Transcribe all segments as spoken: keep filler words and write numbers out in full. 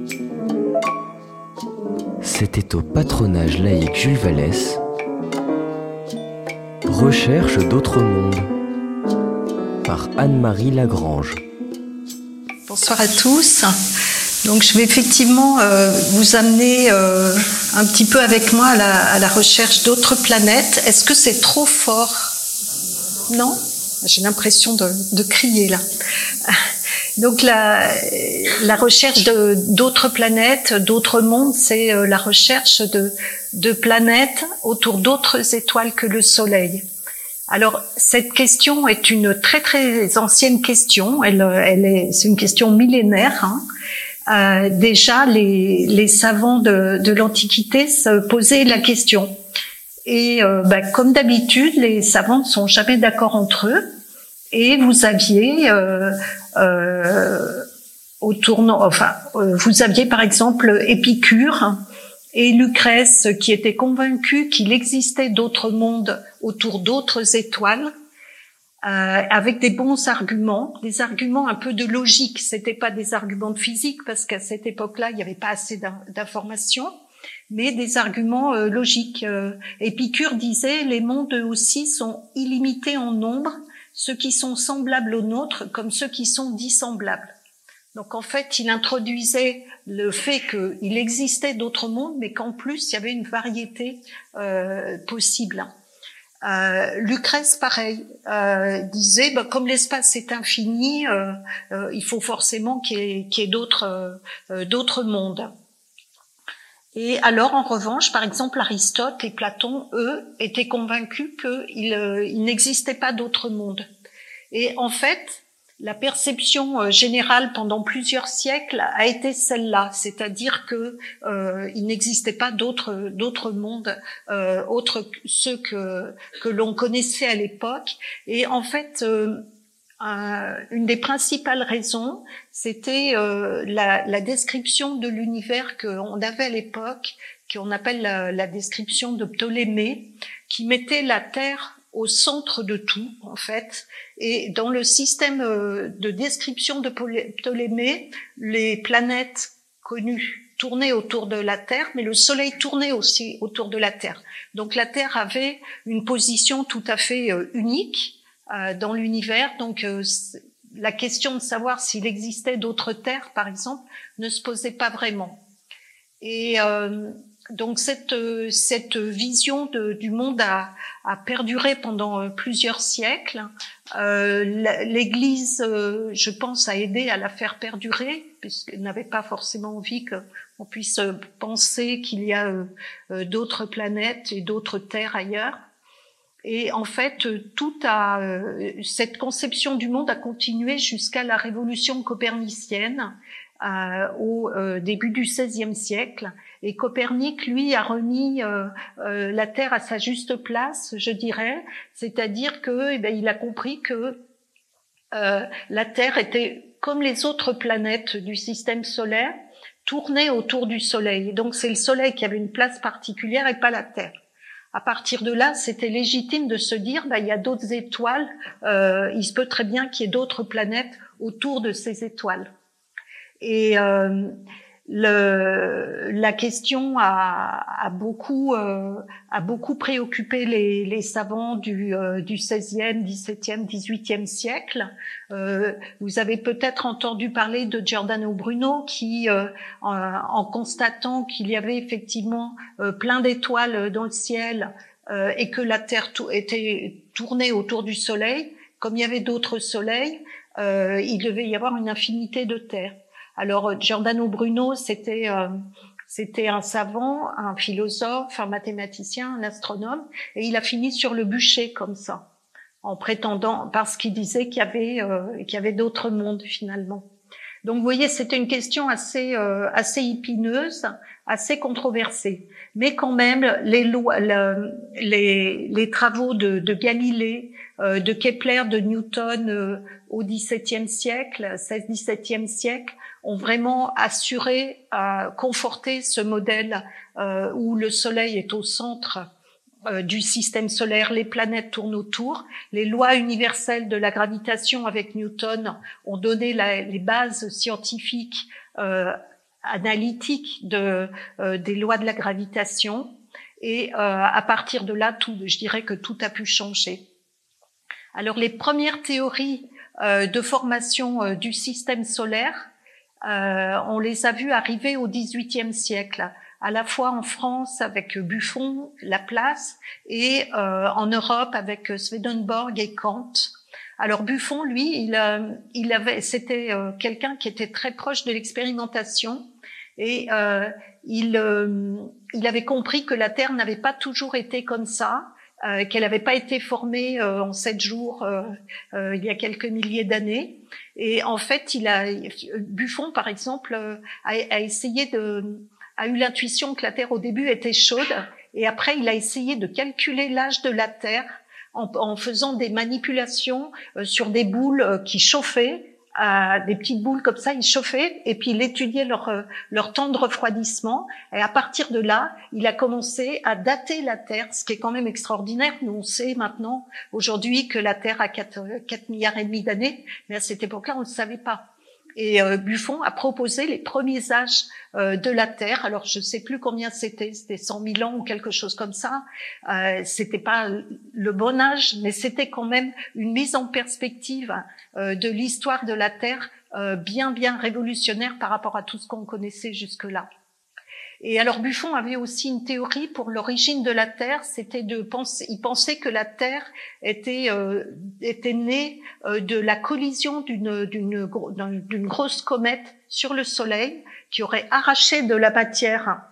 C'était au patronage laïque Jules Vallès. Recherche d'autres mondes par Anne-Marie Lagrange. Bonsoir à tous. Donc je vais effectivement euh, vous amener euh, un petit peu avec moi à la, à la recherche d'autres planètes. Est-ce que c'est trop fort? Non? J'ai l'impression de, de crier là. Donc la, la recherche de, d'autres planètes, d'autres mondes, c'est euh, la recherche de, de planètes autour d'autres étoiles que le Soleil. Alors cette question est une très très ancienne question. Elle, elle est, c'est une question millénaire. Hein. Euh, déjà, les, les savants de, de l'Antiquité se posaient la question. Et euh, bah, comme d'habitude, les savants ne sont jamais d'accord entre eux. Et vous aviez euh, euh, au tournant, enfin, euh, vous aviez par exemple Épicure et Lucrèce qui étaient convaincus qu'il existait d'autres mondes autour d'autres étoiles. Euh, avec des bons arguments, des arguments un peu de logique. C'était pas des arguments de physique parce qu'à cette époque-là, il n'y avait pas assez d'informations, mais des arguments euh, logiques. Euh, Épicure disait les mondes eux aussi sont illimités en nombre, ceux qui sont semblables aux nôtres comme ceux qui sont dissemblables. Donc en fait, il introduisait le fait qu'il existait d'autres mondes, mais qu'en plus il y avait une variété euh, possible. Euh, Lucrèce, pareil, euh, disait, bah, comme l'espace est infini, euh, euh, il faut forcément qu'il y ait, qu'il y ait d'autres, euh, d'autres mondes. Et alors, en revanche, par exemple, Aristote et Platon, eux, étaient convaincus qu'il euh, il n'existait pas d'autres mondes. Et en fait, la perception générale pendant plusieurs siècles a été celle-là, c'est-à-dire que euh, il n'existait pas d'autres d'autres mondes euh, autres que ceux que que l'on connaissait à l'époque. Et en fait, euh, euh, une des principales raisons, c'était euh, la, la description de l'univers qu'on avait à l'époque, qu'on appelle la, la description de Ptolémée, qui mettait la Terre au centre de tout, en fait. Et dans le système de description de Ptolémée, les planètes connues tournaient autour de la Terre, mais le Soleil tournait aussi autour de la Terre. Donc la Terre avait une position tout à fait unique euh, dans l'univers. Donc euh, la question de savoir s'il existait d'autres terres, par exemple, ne se posait pas vraiment. Et euh, donc cette cette vision de, du monde a, a perduré pendant plusieurs siècles. Euh, L'Église, euh, je pense, a aidé à la faire perdurer, puisqu'elle n'avait pas forcément envie qu'on puisse penser qu'il y a euh, d'autres planètes et d'autres terres ailleurs. Et en fait, tout a, euh, cette conception du monde a continué jusqu'à la révolution copernicienne. Euh, au euh, début du seizième siècle, et Copernic, lui, a remis euh, euh, la Terre à sa juste place, je dirais, c'est-à-dire que, eh ben, il a compris que euh, la Terre était comme les autres planètes du système solaire, tournait autour du Soleil. Donc c'est le Soleil qui avait une place particulière et pas la Terre. À partir de là, c'était légitime de se dire, bah, il y a d'autres étoiles, euh, il se peut très bien qu'il y ait d'autres planètes autour de ces étoiles. Et euh, le, la question a, a beaucoup euh, a beaucoup préoccupé les, les savants du, euh, du seizième, dix-septième, dix-huitième siècle. Euh, vous avez peut-être entendu parler de Giordano Bruno qui, euh, en, en constatant qu'il y avait effectivement euh, plein d'étoiles dans le ciel euh, et que la Terre tou- était tournée autour du Soleil, comme il y avait d'autres soleils, euh, il devait y avoir une infinité de terres. Alors, Giordano Bruno, c'était euh, c'était un savant, un philosophe, un mathématicien, un astronome, et il a fini sur le bûcher comme ça, en prétendant, parce qu'il disait qu'il y avait euh, qu'il y avait d'autres mondes finalement. Donc, vous voyez, c'était une question assez euh, assez épineuse, assez controversée, mais quand même, les lois, le, les les travaux de, de Galilée, euh, de Kepler, de Newton euh, au dix-septième siècle, seizième, dix-septième siècle, ont vraiment assuré, euh, conforté ce modèle euh, où le Soleil est au centre euh, du système solaire, les planètes tournent autour. Les lois universelles de la gravitation avec Newton ont donné la, les bases scientifiques euh, analytique de, euh, des lois de la gravitation. Et euh, à partir de là, tout, je dirais que tout a pu changer. Alors, les premières théories euh, de formation euh, du système solaire, euh, on les a vues arriver au dix-huitième siècle, à la fois en France avec Buffon, Laplace, et euh, en Europe avec Swedenborg et Kant. Alors Buffon, lui, il, euh, il avait, c'était euh, quelqu'un qui était très proche de l'expérimentation, et euh, il, euh, il avait compris que la Terre n'avait pas toujours été comme ça, euh, qu'elle n'avait pas été formée euh, en sept jours euh, euh, il y a quelques milliers d'années. Et en fait, il a, Buffon, par exemple, euh, a, a essayé de, a eu l'intuition que la Terre au début était chaude, et après il a essayé de calculer l'âge de la Terre en, en faisant des manipulations euh, sur des boules euh, qui chauffaient. À des petites boules comme ça, il chauffait et puis il étudiait leur leur temps de refroidissement, et à partir de là, il a commencé à dater la Terre, ce qui est quand même extraordinaire. Nous, on sait maintenant aujourd'hui que la Terre a quatre milliards et demi d'années, mais à cette époque-là, on ne le savait pas. Et euh, Buffon a proposé les premiers âges euh, de la Terre. Alors, je ne sais plus combien c'était, c'était cent mille ans ou quelque chose comme ça. Euh, c'était pas le bon âge, mais c'était quand même une mise en perspective euh, de l'histoire de la Terre euh, bien, bien révolutionnaire par rapport à tout ce qu'on connaissait jusque-là. Et alors Buffon avait aussi une théorie pour l'origine de la Terre, c'était de penser, il pensait que la Terre était euh, était née euh, de la collision d'une d'une d'une grosse comète sur le Soleil qui aurait arraché de la matière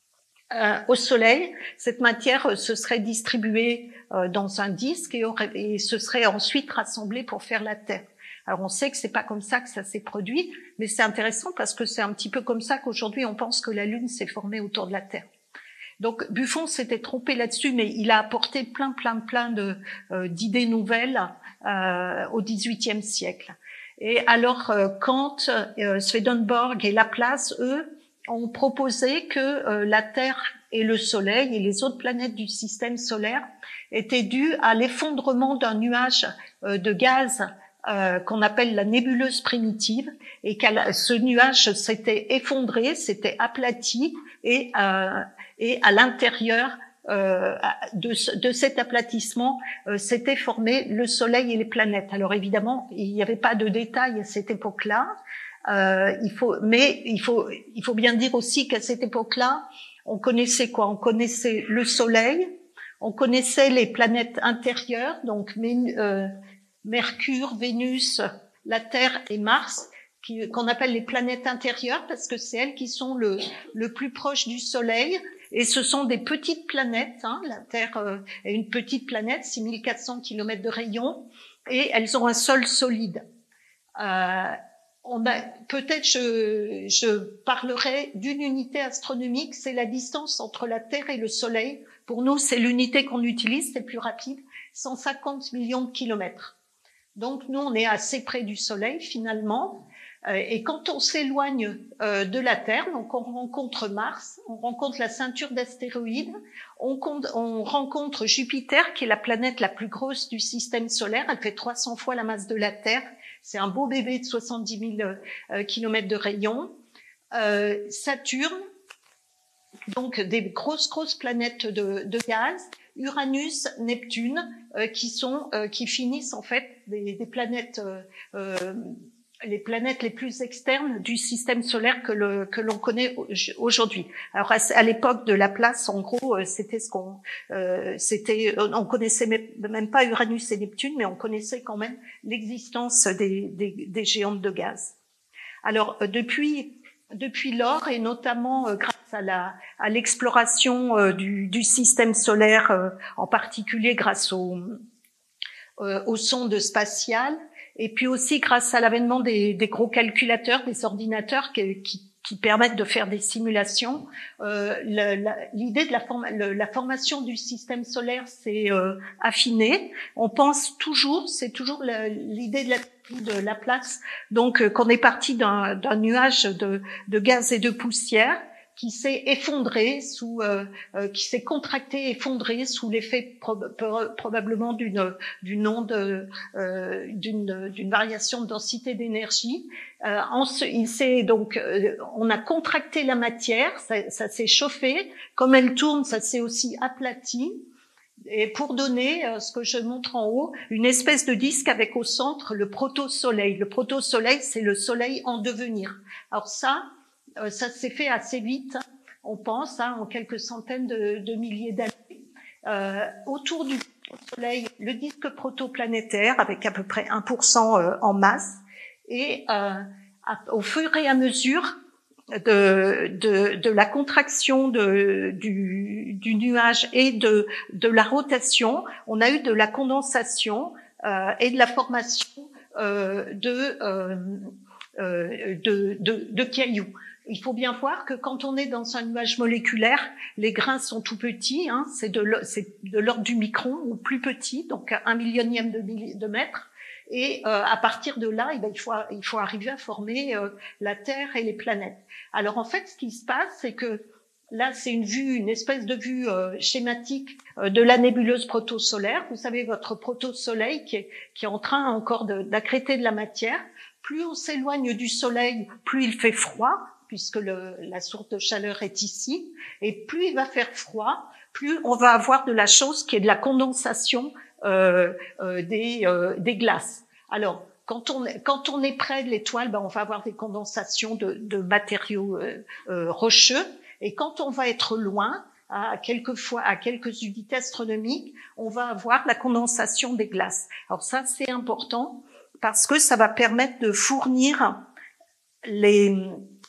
euh, au Soleil. Cette matière euh, se serait distribuée euh, dans un disque et, aurait, et se serait ensuite rassemblée pour faire la Terre. Alors on sait que c'est pas comme ça que ça s'est produit, mais c'est intéressant parce que c'est un petit peu comme ça qu'aujourd'hui on pense que la Lune s'est formée autour de la Terre. Donc Buffon s'était trompé là-dessus, mais il a apporté plein, plein, plein de euh, d'idées nouvelles euh, au dix-huitième siècle. Et alors euh, Kant, euh, Swedenborg et Laplace, eux, ont proposé que euh, la Terre et le Soleil et les autres planètes du système solaire étaient dues à l'effondrement d'un nuage euh, de gaz Euh, qu'on appelle la nébuleuse primitive, et que ce nuage s'était effondré, s'était aplati, et, euh, et à l'intérieur euh, de, de cet aplatissement euh, s'était formé le Soleil et les planètes. Alors évidemment, il n'y avait pas de détails à cette époque-là. Euh, il faut, mais il faut, il faut bien dire aussi qu'à cette époque-là, on connaissait quoi? On connaissait le Soleil, on connaissait les planètes intérieures, donc euh, Mercure, Vénus, la Terre et Mars, qui, qu'on appelle les planètes intérieures parce que c'est elles qui sont le, le plus proches du Soleil. Et ce sont des petites planètes. Hein. La Terre euh, est une petite planète, six mille quatre cents kilomètres de rayon, et elles ont un sol solide. Euh, on a, peut-être je, je parlerai d'une unité astronomique, c'est la distance entre la Terre et le Soleil. Pour nous, c'est l'unité qu'on utilise, c'est plus rapide, cent cinquante millions de kilomètres. Donc nous, on est assez près du Soleil finalement, euh, et quand on s'éloigne euh, de la Terre, donc on rencontre Mars, on rencontre la ceinture d'astéroïdes, on, compte, on rencontre Jupiter, qui est la planète la plus grosse du système solaire, elle fait trois cents fois la masse de la Terre, c'est un beau bébé de soixante-dix mille euh, kilomètres de rayon, euh, Saturne, donc des grosses grosses planètes de, de gaz, Uranus, Neptune, euh, qui sont, euh, qui finissent en fait des, des planètes, euh, euh, les planètes les plus externes du système solaire que le que l'on connaît aujourd'hui. Alors à, à l'époque de Laplace, en gros, euh, c'était ce qu'on, euh, c'était, on connaissait même, même pas Uranus et Neptune, mais on connaissait quand même l'existence des, des, des géantes de gaz. Alors euh, depuis Depuis lors, et notamment euh, grâce à la à l'exploration euh, du, du système solaire, euh, en particulier grâce aux euh, aux sondes spatiales, et puis aussi grâce à l'avènement des, des gros calculateurs, des ordinateurs qui, qui, qui permettent de faire des simulations, euh, la, la, l'idée de la, forma, le, la formation du système solaire s'est euh, affinée. On pense toujours, c'est toujours la, l'idée de la de Laplace, donc euh, qu'on est parti d'un, d'un nuage de, de gaz et de poussière qui s'est effondré sous, euh, euh, qui s'est contracté, effondré sous l'effet prob probablement d'une d'une onde, euh, d'une d'une variation de densité d'énergie. Euh, il s'est donc, euh, on a contracté la matière, ça, ça s'est chauffé. Comme elle tourne, ça s'est aussi aplati. Et pour donner euh, ce que je montre en haut, une espèce de disque avec au centre le proto-soleil. Le proto-soleil, c'est le soleil en devenir. Alors ça, euh, ça s'est fait assez vite, on pense, hein, en quelques centaines de, de milliers d'années. Euh, autour du soleil, le disque protoplanétaire, avec à peu près un pour cent euh, en masse. Et euh, à, au fur et à mesure de, de, de la contraction de, du, du nuage et de, de la rotation, on a eu de la condensation euh, et de la formation euh, de, euh, euh, de, de, de cailloux. Il faut bien voir que quand on est dans un nuage moléculaire, les grains sont tout petits, hein, c'est de l'ordre du micron ou plus petit, donc un millionième de, de mètre. Et euh, à partir de là, eh ben, il, faut, il faut arriver à former euh, la Terre et les planètes. Alors en fait, ce qui se passe, c'est que là, c'est une vue, une espèce de vue euh, schématique euh, de la nébuleuse protosolaire. Vous savez, votre protosoleil qui est, qui est en train encore d'accréter de, de la matière. Plus on s'éloigne du Soleil, plus il fait froid, puisque le, la source de chaleur est ici. Et plus il va faire froid, plus on va avoir de la chose qui est de la condensation Euh, euh, des, euh, des glaces. Alors, quand on, quand on est près de l'étoile, ben, on va avoir des condensations de, de matériaux euh, euh, rocheux. Et quand on va être loin, à quelques fois, à quelques unités astronomiques, on va avoir la condensation des glaces. Alors ça, c'est important parce que ça va permettre de fournir les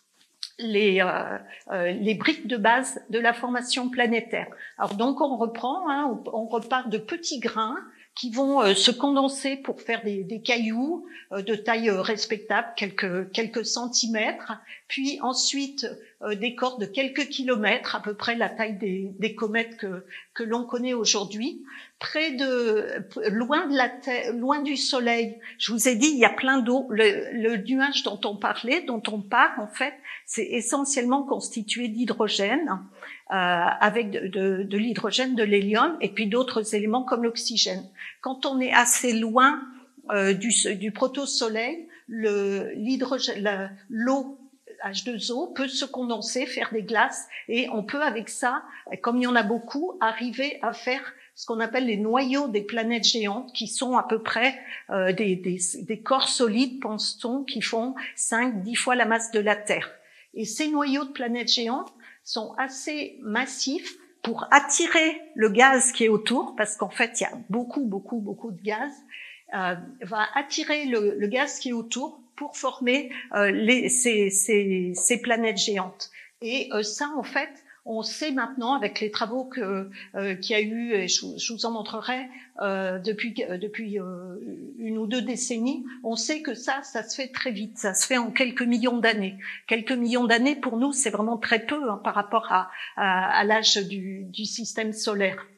les, euh, euh, les briques de base de la formation planétaire. Alors donc on reprend, hein, on, on repart de petits grains qui vont euh, se condenser pour faire des, des cailloux euh, de taille euh, respectable, quelques, quelques centimètres, puis ensuite euh, des corps de quelques kilomètres, à peu près la taille des, des comètes que, que l'on connaît aujourd'hui, près de, loin de la terre, loin du Soleil. Je vous ai dit, il y a plein d'eau. Le, le nuage dont on parlait, dont on parle, en fait, c'est essentiellement constitué d'hydrogène, euh, avec de, de, de l'hydrogène, de l'hélium, et puis d'autres éléments comme l'oxygène. Quand on est assez loin euh, du, du protosoleil, l'hydrogène, l'eau H deux O peut se condenser, faire des glaces, et on peut avec ça, comme il y en a beaucoup, arriver à faire ce qu'on appelle les noyaux des planètes géantes, qui sont à peu près euh, des, des, des corps solides, pense-t-on, qui font cinq, dix fois la masse de la Terre. Et ces noyaux de planètes géantes sont assez massifs pour attirer le gaz qui est autour, parce qu'en fait, il y a beaucoup, beaucoup, beaucoup de gaz, euh, va attirer le, le gaz qui est autour pour former euh, les, ces, ces, ces planètes géantes. Et euh, ça, en fait, on sait maintenant, avec les travaux que euh, qu'il y a eu, et je, je vous en montrerai euh, depuis depuis euh, une ou deux décennies, on sait que ça, ça se fait très vite, ça se fait en quelques millions d'années. Quelques millions d'années, pour nous, c'est vraiment très peu hein, par rapport à, à, à l'âge du, du système solaire.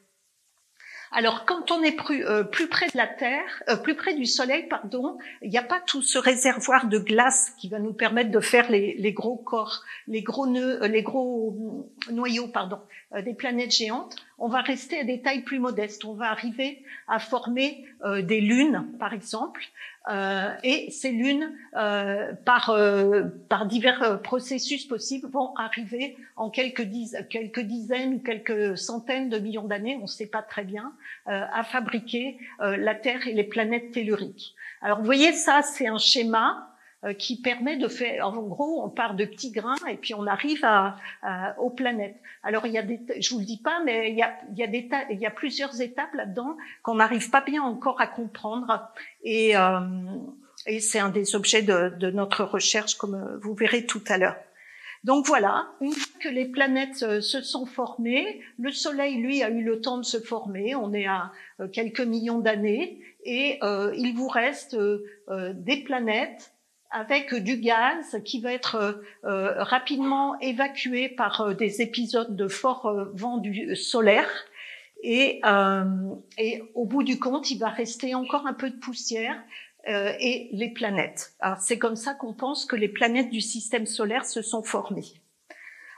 Alors, quand on est plus, euh, plus près de la Terre, euh, plus près du Soleil, pardon, il n'y a pas tout ce réservoir de glace qui va nous permettre de faire les, les gros corps, les gros nœuds, euh, les gros noyaux, pardon, euh, des planètes géantes. On va rester à des tailles plus modestes. On va arriver à former euh, des lunes, par exemple, euh, et ces lunes, euh, par euh, par divers euh, processus possibles, vont arriver en quelques dizaines, quelques dizaines ou quelques centaines de millions d'années, on ne sait pas très bien, euh, à fabriquer euh, la Terre et les planètes telluriques. Alors, vous voyez, ça, c'est un schéma euh, qui permet de faire, en gros, on part de petits grains et puis on arrive à, à, aux planètes. Alors, il y a des, je vous le dis pas, mais il y a, il y a des, il y a plusieurs étapes là-dedans qu'on n'arrive pas bien encore à comprendre. Et, euh, et c'est un des objets de, de notre recherche, comme vous verrez tout à l'heure. Donc voilà, une fois que les planètes euh, se sont formées, le Soleil, lui, a eu le temps de se former, on est à euh, quelques millions d'années, et euh, il vous reste euh, euh, des planètes avec du gaz qui va être euh, rapidement évacué par euh, des épisodes de fort euh, vent du, euh, solaire, et, euh, et au bout du compte, il va rester encore un peu de poussière, Euh, et les planètes. Alors c'est comme ça qu'on pense que les planètes du système solaire se sont formées.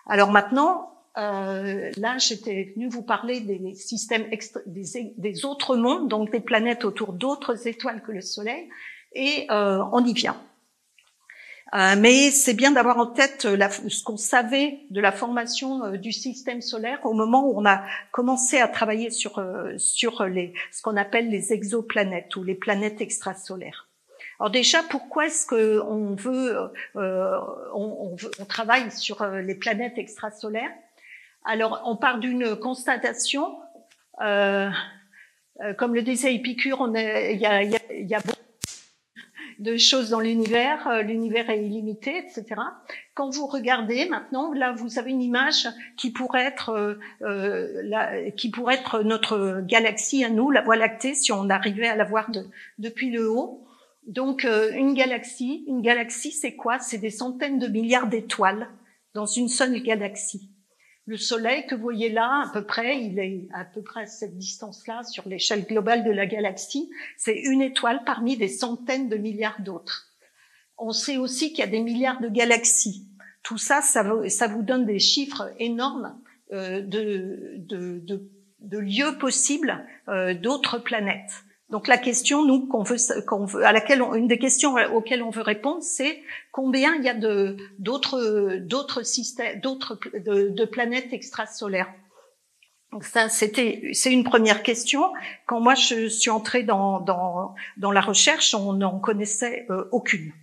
Alors maintenant, euh, là, j'étais venue vous parler des systèmes extra, des, des autres mondes, donc des planètes autour d'autres étoiles que le Soleil, et euh, on y vient. Euh, mais c'est bien d'avoir en tête la, ce qu'on savait de la formation euh, du système solaire au moment où on a commencé à travailler sur euh, sur les ce qu'on appelle les exoplanètes ou les planètes extrasolaires. Alors déjà, pourquoi est-ce que on veut euh, on, on, veut, on travaille sur euh, les planètes extrasolaires? Alors, on part d'une constatation, euh, euh, comme le disait Épicure, on est, il y a, il y a, il y a beaucoup de choses dans l'univers, euh, l'univers est illimité, et cetera. Quand vous regardez maintenant, là, vous avez une image qui pourrait être, euh, euh, la, qui pourrait être notre galaxie à nous, la Voie lactée, si on arrivait à la voir de, depuis le haut. Donc, euh, une galaxie, une galaxie, c'est quoi? C'est des centaines de milliards d'étoiles dans une seule galaxie. Le Soleil que vous voyez là, à peu près, il est à peu près à cette distance-là sur l'échelle globale de la galaxie. C'est une étoile parmi des centaines de milliards d'autres. On sait aussi qu'il y a des milliards de galaxies. Tout ça, ça, ça vous donne des chiffres énormes euh, de, de, de, de lieux possibles euh, d'autres planètes. Donc la question, nous, qu'on veut, qu'on veut, à laquelle on, une des questions auxquelles on veut répondre, c'est combien il y a de d'autres d'autres systèmes, d'autres de, de planètes extrasolaires. Donc ça, c'était, c'est une première question. Quand moi je suis entrée dans dans dans la recherche, on n'en connaissait euh, aucune.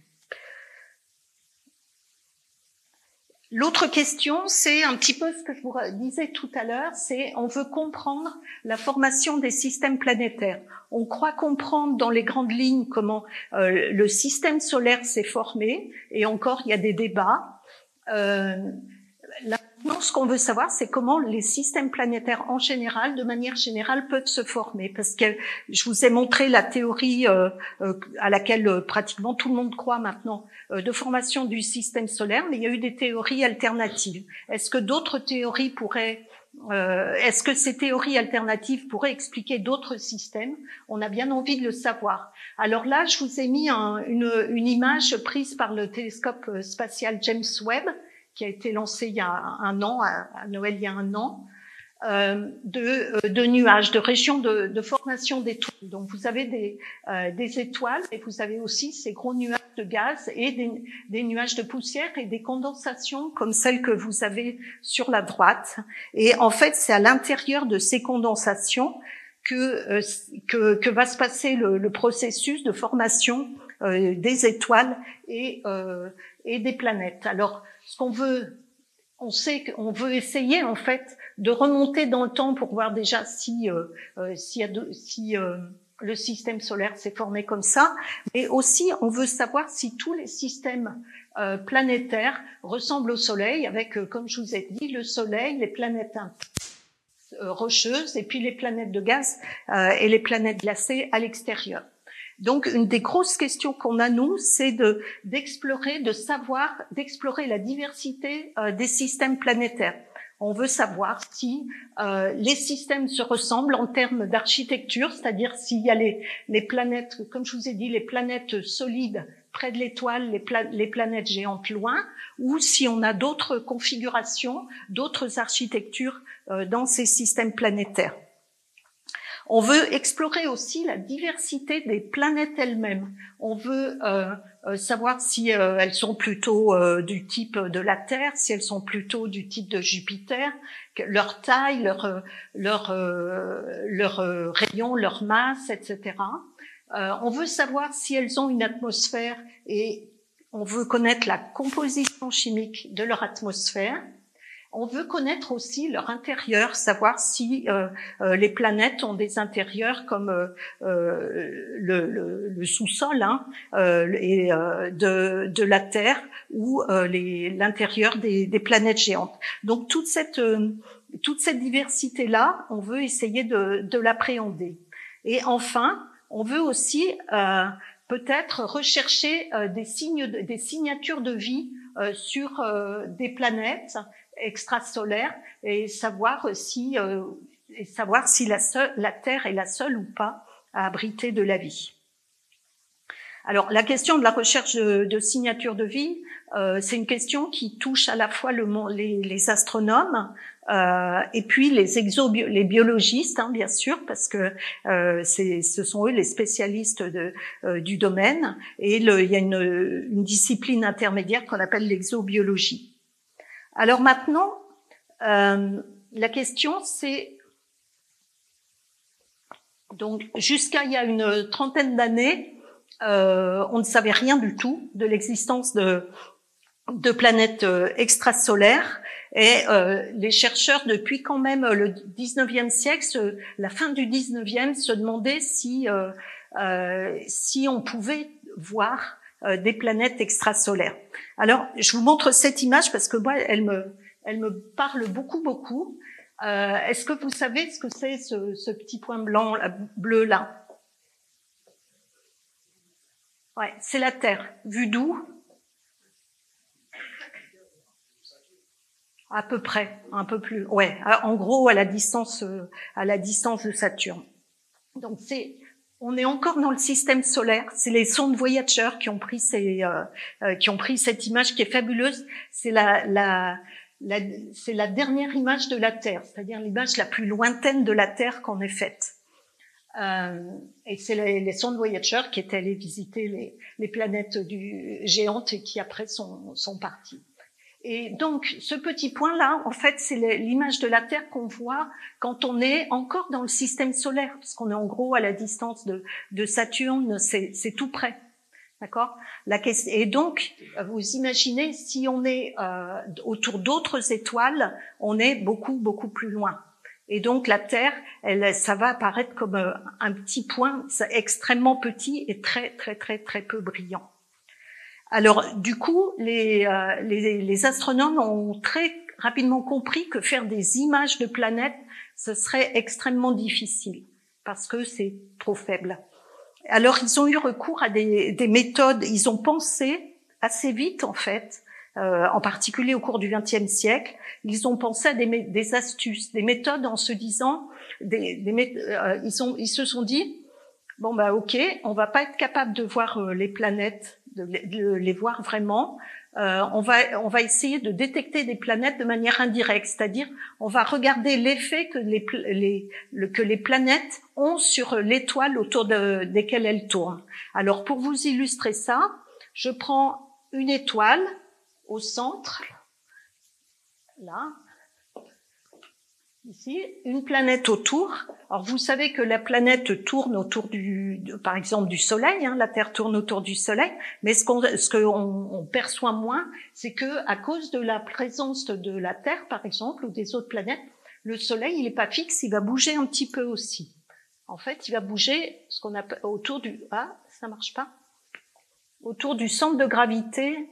L'autre question, c'est un petit peu ce que je vous disais tout à l'heure, c'est on veut comprendre la formation des systèmes planétaires. On croit comprendre dans les grandes lignes comment euh, le système solaire s'est formé, et encore il y a des débats. Euh, là, maintenant, ce qu'on veut savoir, c'est comment les systèmes planétaires en général, de manière générale, peuvent se former. Parce que je vous ai montré la théorie euh, euh, à laquelle euh, pratiquement tout le monde croit maintenant, euh, de formation du système solaire, mais il y a eu des théories alternatives. Est-ce que d'autres théories pourraient Euh, est-ce que ces théories alternatives pourraient expliquer d'autres systèmes? On a bien envie de le savoir. Alors là, je vous ai mis un, une, une image prise par le télescope spatial James Webb, qui a été lancé il y a un an, à, à Noël il y a un an, euh, de, de nuages, de régions de, de formation d'étoiles. Donc vous avez des, euh, des étoiles et vous avez aussi ces gros nuages de gaz et des, des nuages de poussière et des condensations comme celles que vous avez sur la droite. Et en fait, c'est à l'intérieur de ces condensations que, euh, que, que va se passer le, le processus de formation euh, des étoiles et, euh, et des planètes. Alors, ce qu'on veut, on sait qu'on veut essayer en fait de remonter dans le temps pour voir déjà si, euh, euh, si, si euh, le système solaire s'est formé comme ça, mais aussi on veut savoir si tous les systèmes euh, planétaires ressemblent au Soleil, avec, euh, comme je vous ai dit, le Soleil, les planètes euh, rocheuses et puis les planètes de gaz euh, et les planètes glacées à l'extérieur. Donc, une des grosses questions qu'on a, nous, c'est de, d'explorer, de savoir, d'explorer la diversité euh, des systèmes planétaires. On veut savoir si euh, les systèmes se ressemblent en termes d'architecture, c'est-à-dire s'il y a les, les planètes, comme je vous ai dit, les planètes solides près de l'étoile, les, pla- les planètes géantes loin, ou si on a d'autres configurations, d'autres architectures euh, dans ces systèmes planétaires. On veut explorer aussi la diversité des planètes elles-mêmes. On veut euh, euh, savoir si euh, elles sont plutôt euh, du type de la Terre, si elles sont plutôt du type de Jupiter, que leur taille, leur leur euh, leur euh, rayon, leur masse, et cetera. Euh, on veut savoir si elles ont une atmosphère et on veut connaître la composition chimique de leur atmosphère. On veut connaître aussi leur intérieur, savoir si euh, euh, les planètes ont des intérieurs comme euh, euh, le, le, le sous-sol hein, euh, et, euh, de, de la Terre ou euh, les, l'intérieur des, des planètes géantes. Donc toute cette, euh, toute cette diversité-là, on veut essayer de, de l'appréhender. Et enfin, on veut aussi euh, peut-être rechercher euh, des signes, de, des signatures de vie euh, sur euh, des planètes extrasolaires et savoir si euh, et savoir si la, seule, la Terre est la seule ou pas à abriter de la vie. Alors, la question de la recherche de, de signatures de vie, euh, c'est une question qui touche à la fois le, les, les astronomes euh, et puis les exo les biologistes, hein, bien sûr, parce que euh, c'est, ce sont eux les spécialistes de, euh, du domaine. Et le, il y a une, une discipline intermédiaire qu'on appelle l'exobiologie. Alors maintenant, euh, la question c'est donc jusqu'à il y a une trentaine d'années. Euh, on ne savait rien du tout de l'existence de, de planètes euh, extrasolaires et euh, les chercheurs depuis quand même le dix-neuvième siècle, se, la fin du dix-neuvième, se demandaient si euh, euh, si on pouvait voir euh, des planètes extrasolaires. Alors je vous montre cette image parce que moi elle me elle me parle beaucoup beaucoup. Euh, est-ce que vous savez ce que c'est ce, ce petit point blanc là, bleu là? Ouais, c'est la Terre. Vue d'où? À peu près, un peu plus. Ouais, en gros à la distance, à la distance de Saturne. Donc c'est, on est encore dans le système solaire. C'est les sondes Voyager qui ont pris ces, euh, qui ont pris cette image qui est fabuleuse. C'est la, la, la c'est la dernière image de la Terre, c'est-à-dire l'image la plus lointaine de la Terre qu'on ait faite. Euh, et c'est les, les sondes Voyager qui étaient allées visiter les, les planètes du, géantes et qui après sont, sont parties. Et donc ce petit point-là, en fait, c'est l'image de la Terre qu'on voit quand on est encore dans le système solaire, parce qu'on est en gros à la distance de, de Saturne, c'est tout près. D'accord. La question, et donc, vous imaginez, si on est euh, autour d'autres étoiles, on est beaucoup, beaucoup plus loin. Et donc la Terre, elle, ça va apparaître comme un petit point extrêmement petit et très très très très peu brillant. Alors du coup, les, euh, les, les astronomes ont très rapidement compris que faire des images de planètes, ce serait extrêmement difficile parce que c'est trop faible. Alors ils ont eu recours à des, des méthodes. Ils ont pensé assez vite en fait. Euh, en particulier au cours du vingtième siècle, ils ont pensé à des, des astuces, des méthodes en se disant, des, des, euh, ils, ont, ils se sont dit, bon bah ok, on va pas être capable de voir euh, les planètes, de les, de les voir vraiment. Euh, on va, on va essayer de détecter des planètes de manière indirecte, c'est-à-dire on va regarder l'effet que les, les, le, que les planètes ont sur l'étoile autour de, desquelles elles tournent. Alors pour vous illustrer ça, je prends une étoile au centre, là, ici, une planète autour. Alors vous savez que la planète tourne autour du, de, par exemple du Soleil, hein, la Terre tourne autour du Soleil, mais ce qu'on ce qu'on on perçoit moins, c'est que à cause de la présence de la Terre, par exemple, ou des autres planètes, le Soleil il est pas fixe, il va bouger un petit peu aussi. En fait, il va bouger ce qu'on appelle autour du ah ça marche pas autour du centre de gravité.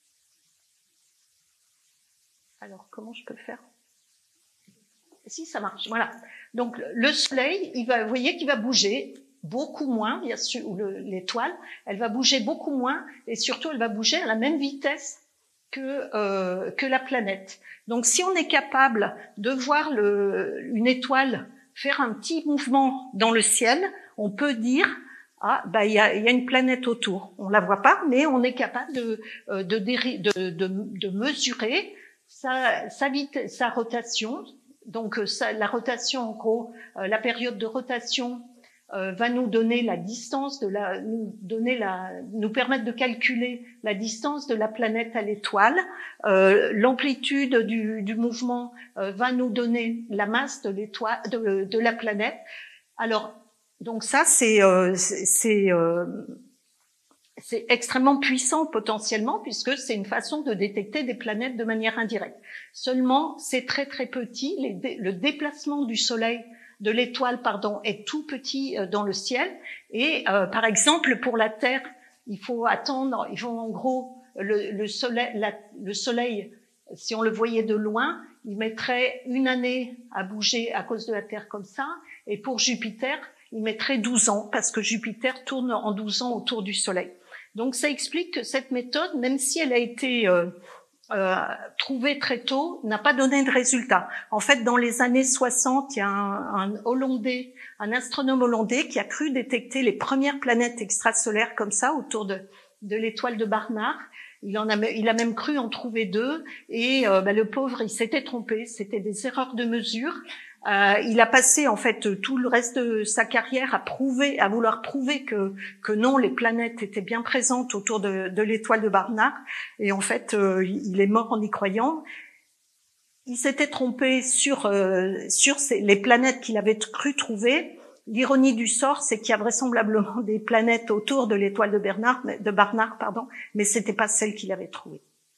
Alors, comment je peux faire? Si, ça marche, voilà. Donc, le Soleil, il va, vous voyez qu'il va bouger beaucoup moins, bien sûr, ou l'étoile, elle va bouger beaucoup moins, et surtout, elle va bouger à la même vitesse que, euh, que la planète. Donc, si on est capable de voir le, une étoile faire un petit mouvement dans le ciel, on peut dire, ah, bah, il y a, il y a une planète autour. On la voit pas, mais on est capable de, de, de, de, de mesurer Sa, sa, vite, sa rotation, donc ça, la rotation en gros, euh, la période de rotation euh, va nous donner la distance de la, nous donner la, nous permettre de calculer la distance de la planète à l'étoile. Euh, L'amplitude du, du mouvement euh, va nous donner la masse de l'étoile, de, de la planète. Alors donc ça c'est euh, c'est euh, c'est extrêmement puissant potentiellement puisque c'est une façon de détecter des planètes de manière indirecte. Seulement, c'est très très petit. Les dé le déplacement du Soleil, de l'étoile, pardon, est tout petit euh, dans le ciel. Et euh, par exemple, pour la Terre, il faut attendre. Il faut en gros le, le Soleil, la, le Soleil, si on le voyait de loin, il mettrait une année à bouger à cause de la Terre comme ça. Et pour Jupiter, il mettrait douze ans parce que Jupiter tourne en douze ans autour du Soleil. Donc ça explique que cette méthode, même si elle a été euh, euh, trouvé très tôt n'a pas donné de résultat. En fait, dans les années soixante, il y a un, un Hollandais, un astronome hollandais qui a cru détecter les premières planètes extrasolaires comme ça autour de, de l'étoile de Barnard. Il en a, il a même cru en trouver deux, et euh, bah, le pauvre, il s'était trompé. C'était des erreurs de mesure. Euh, il a passé en fait tout le reste de sa carrière à prouver, à vouloir prouver que que non, les planètes étaient bien présentes autour de, de l'étoile de Barnard. Et en fait, euh, il est mort en y croyant. Il s'était trompé sur euh, sur ces, les planètes qu'il avait cru trouver. L'ironie du sort, c'est qu'il y a vraisemblablement des planètes autour de l'étoile de Barnard, de Barnard, pardon, mais c'était pas celle qu'il avait trouvée.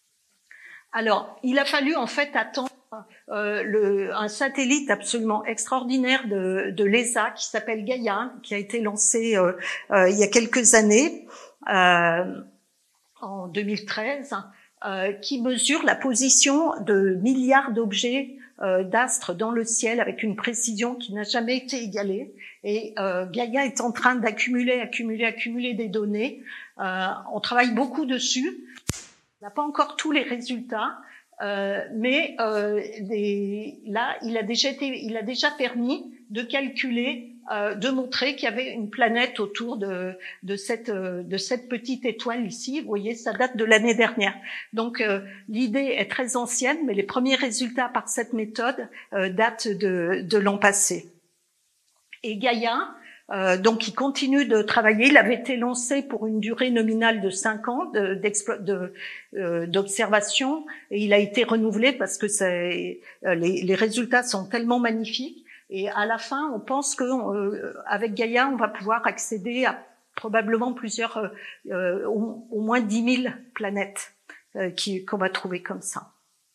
Alors, il a fallu en fait attendre euh, le, un satellite absolument extraordinaire de, de l'E S A qui s'appelle Gaia, qui a été lancé euh, euh, il y a quelques années, euh, en deux mille treize, euh, qui mesure la position de milliards d'objets euh, d'astres dans le ciel avec une précision qui n'a jamais été égalée. Et euh, Gaia est en train d'accumuler, accumuler, accumuler des données. Euh, on travaille beaucoup dessus. On n'a pas encore tous les résultats, euh, mais euh, les, là, il a déjà été, il a déjà permis de calculer, euh, de montrer qu'il y avait une planète autour de, de cette, de cette petite étoile ici. Vous voyez, ça date de l'année dernière. Donc, euh, l'idée est très ancienne, mais les premiers résultats par cette méthode euh, datent de, de l'an passé. Et Gaia, Euh, donc, il continue de travailler. Il avait été lancé pour une durée nominale de cinq ans de, euh, d'observation, et il a été renouvelé parce que c'est, euh, les, les résultats sont tellement magnifiques. Et à la fin, on pense que euh, avec Gaia, on va pouvoir accéder à probablement plusieurs, euh, au, au moins dix mille planètes euh, qui, qu'on va trouver comme ça.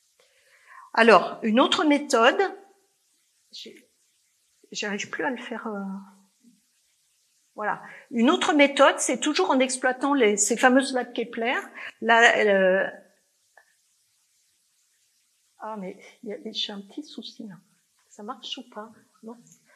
Alors, une autre méthode, j'arrive plus à le faire. Euh Voilà. Une autre méthode, c'est toujours en exploitant les, ces fameuses lois de Kepler. Là, euh... Ah, mais j'ai un petit souci là. Ça marche ou pas? Non.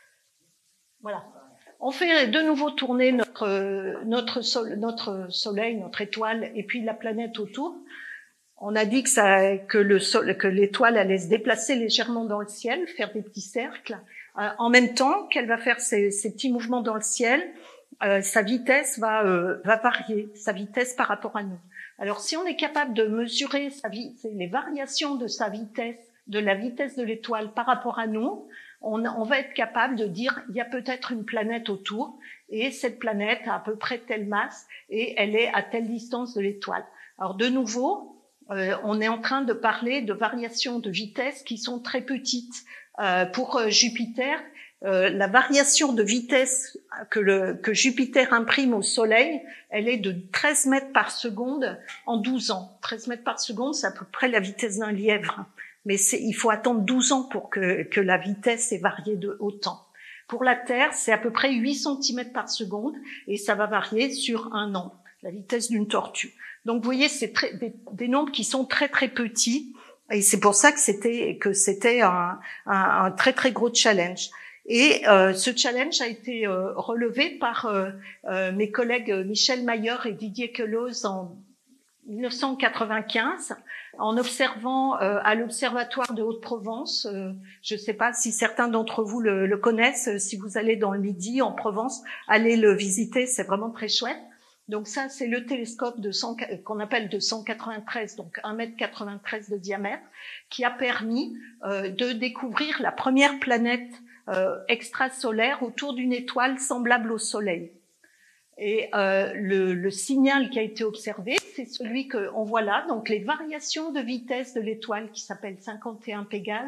Voilà. On fait de nouveau tourner notre notre sol, notre soleil, notre étoile, et puis la planète autour. On a dit que ça, que le sol, que l'étoile allait se déplacer légèrement dans le ciel, faire des petits cercles, euh, en même temps qu'elle va faire ces, ces petits mouvements dans le ciel. Euh, sa vitesse va, euh, va varier, sa vitesse par rapport à nous. Alors, si on est capable de mesurer sa vie, les variations de sa vitesse, de la vitesse de l'étoile par rapport à nous, on, on va être capable de dire il y a peut-être une planète autour, et cette planète a à peu près telle masse, et elle est à telle distance de l'étoile. Alors, de nouveau, euh, on est en train de parler de variations de vitesse qui sont très petites. Euh, pour euh, Jupiter, Euh, la variation de vitesse que, le, que Jupiter imprime au Soleil, elle est de treize mètres par seconde en douze ans. treize mètres par seconde, c'est à peu près la vitesse d'un lièvre. Mais c'est, il faut attendre douze ans pour que, que la vitesse ait varié de autant. Pour la Terre, c'est à peu près huit centimètres par seconde, et ça va varier sur un an, la vitesse d'une tortue. Donc, vous voyez, c'est très, des, des nombres qui sont très, très petits, et c'est pour ça que c'était, que c'était un, un, un très, très gros challenge. Et euh, ce challenge a été euh, relevé par euh, euh, mes collègues Michel Mayer et Didier Queloz en dix-neuf cent quatre-vingt-quinze, en observant euh, à l'Observatoire de Haute-Provence. Euh, je ne sais pas si certains d'entre vous le, le connaissent. Si vous allez dans le Midi, en Provence, allez le visiter, c'est vraiment très chouette. Donc ça, c'est le télescope de cent, qu'on appelle de cent quatre-vingt-treize, donc un mètre quatre-vingt-treize de diamètre, qui a permis euh, de découvrir la première planète Euh, extrasolaire autour d'une étoile semblable au Soleil. Et euh, le, le signal qui a été observé, c'est celui qu'on voit là, donc les variations de vitesse de l'étoile qui s'appelle cinquante et un Pégase.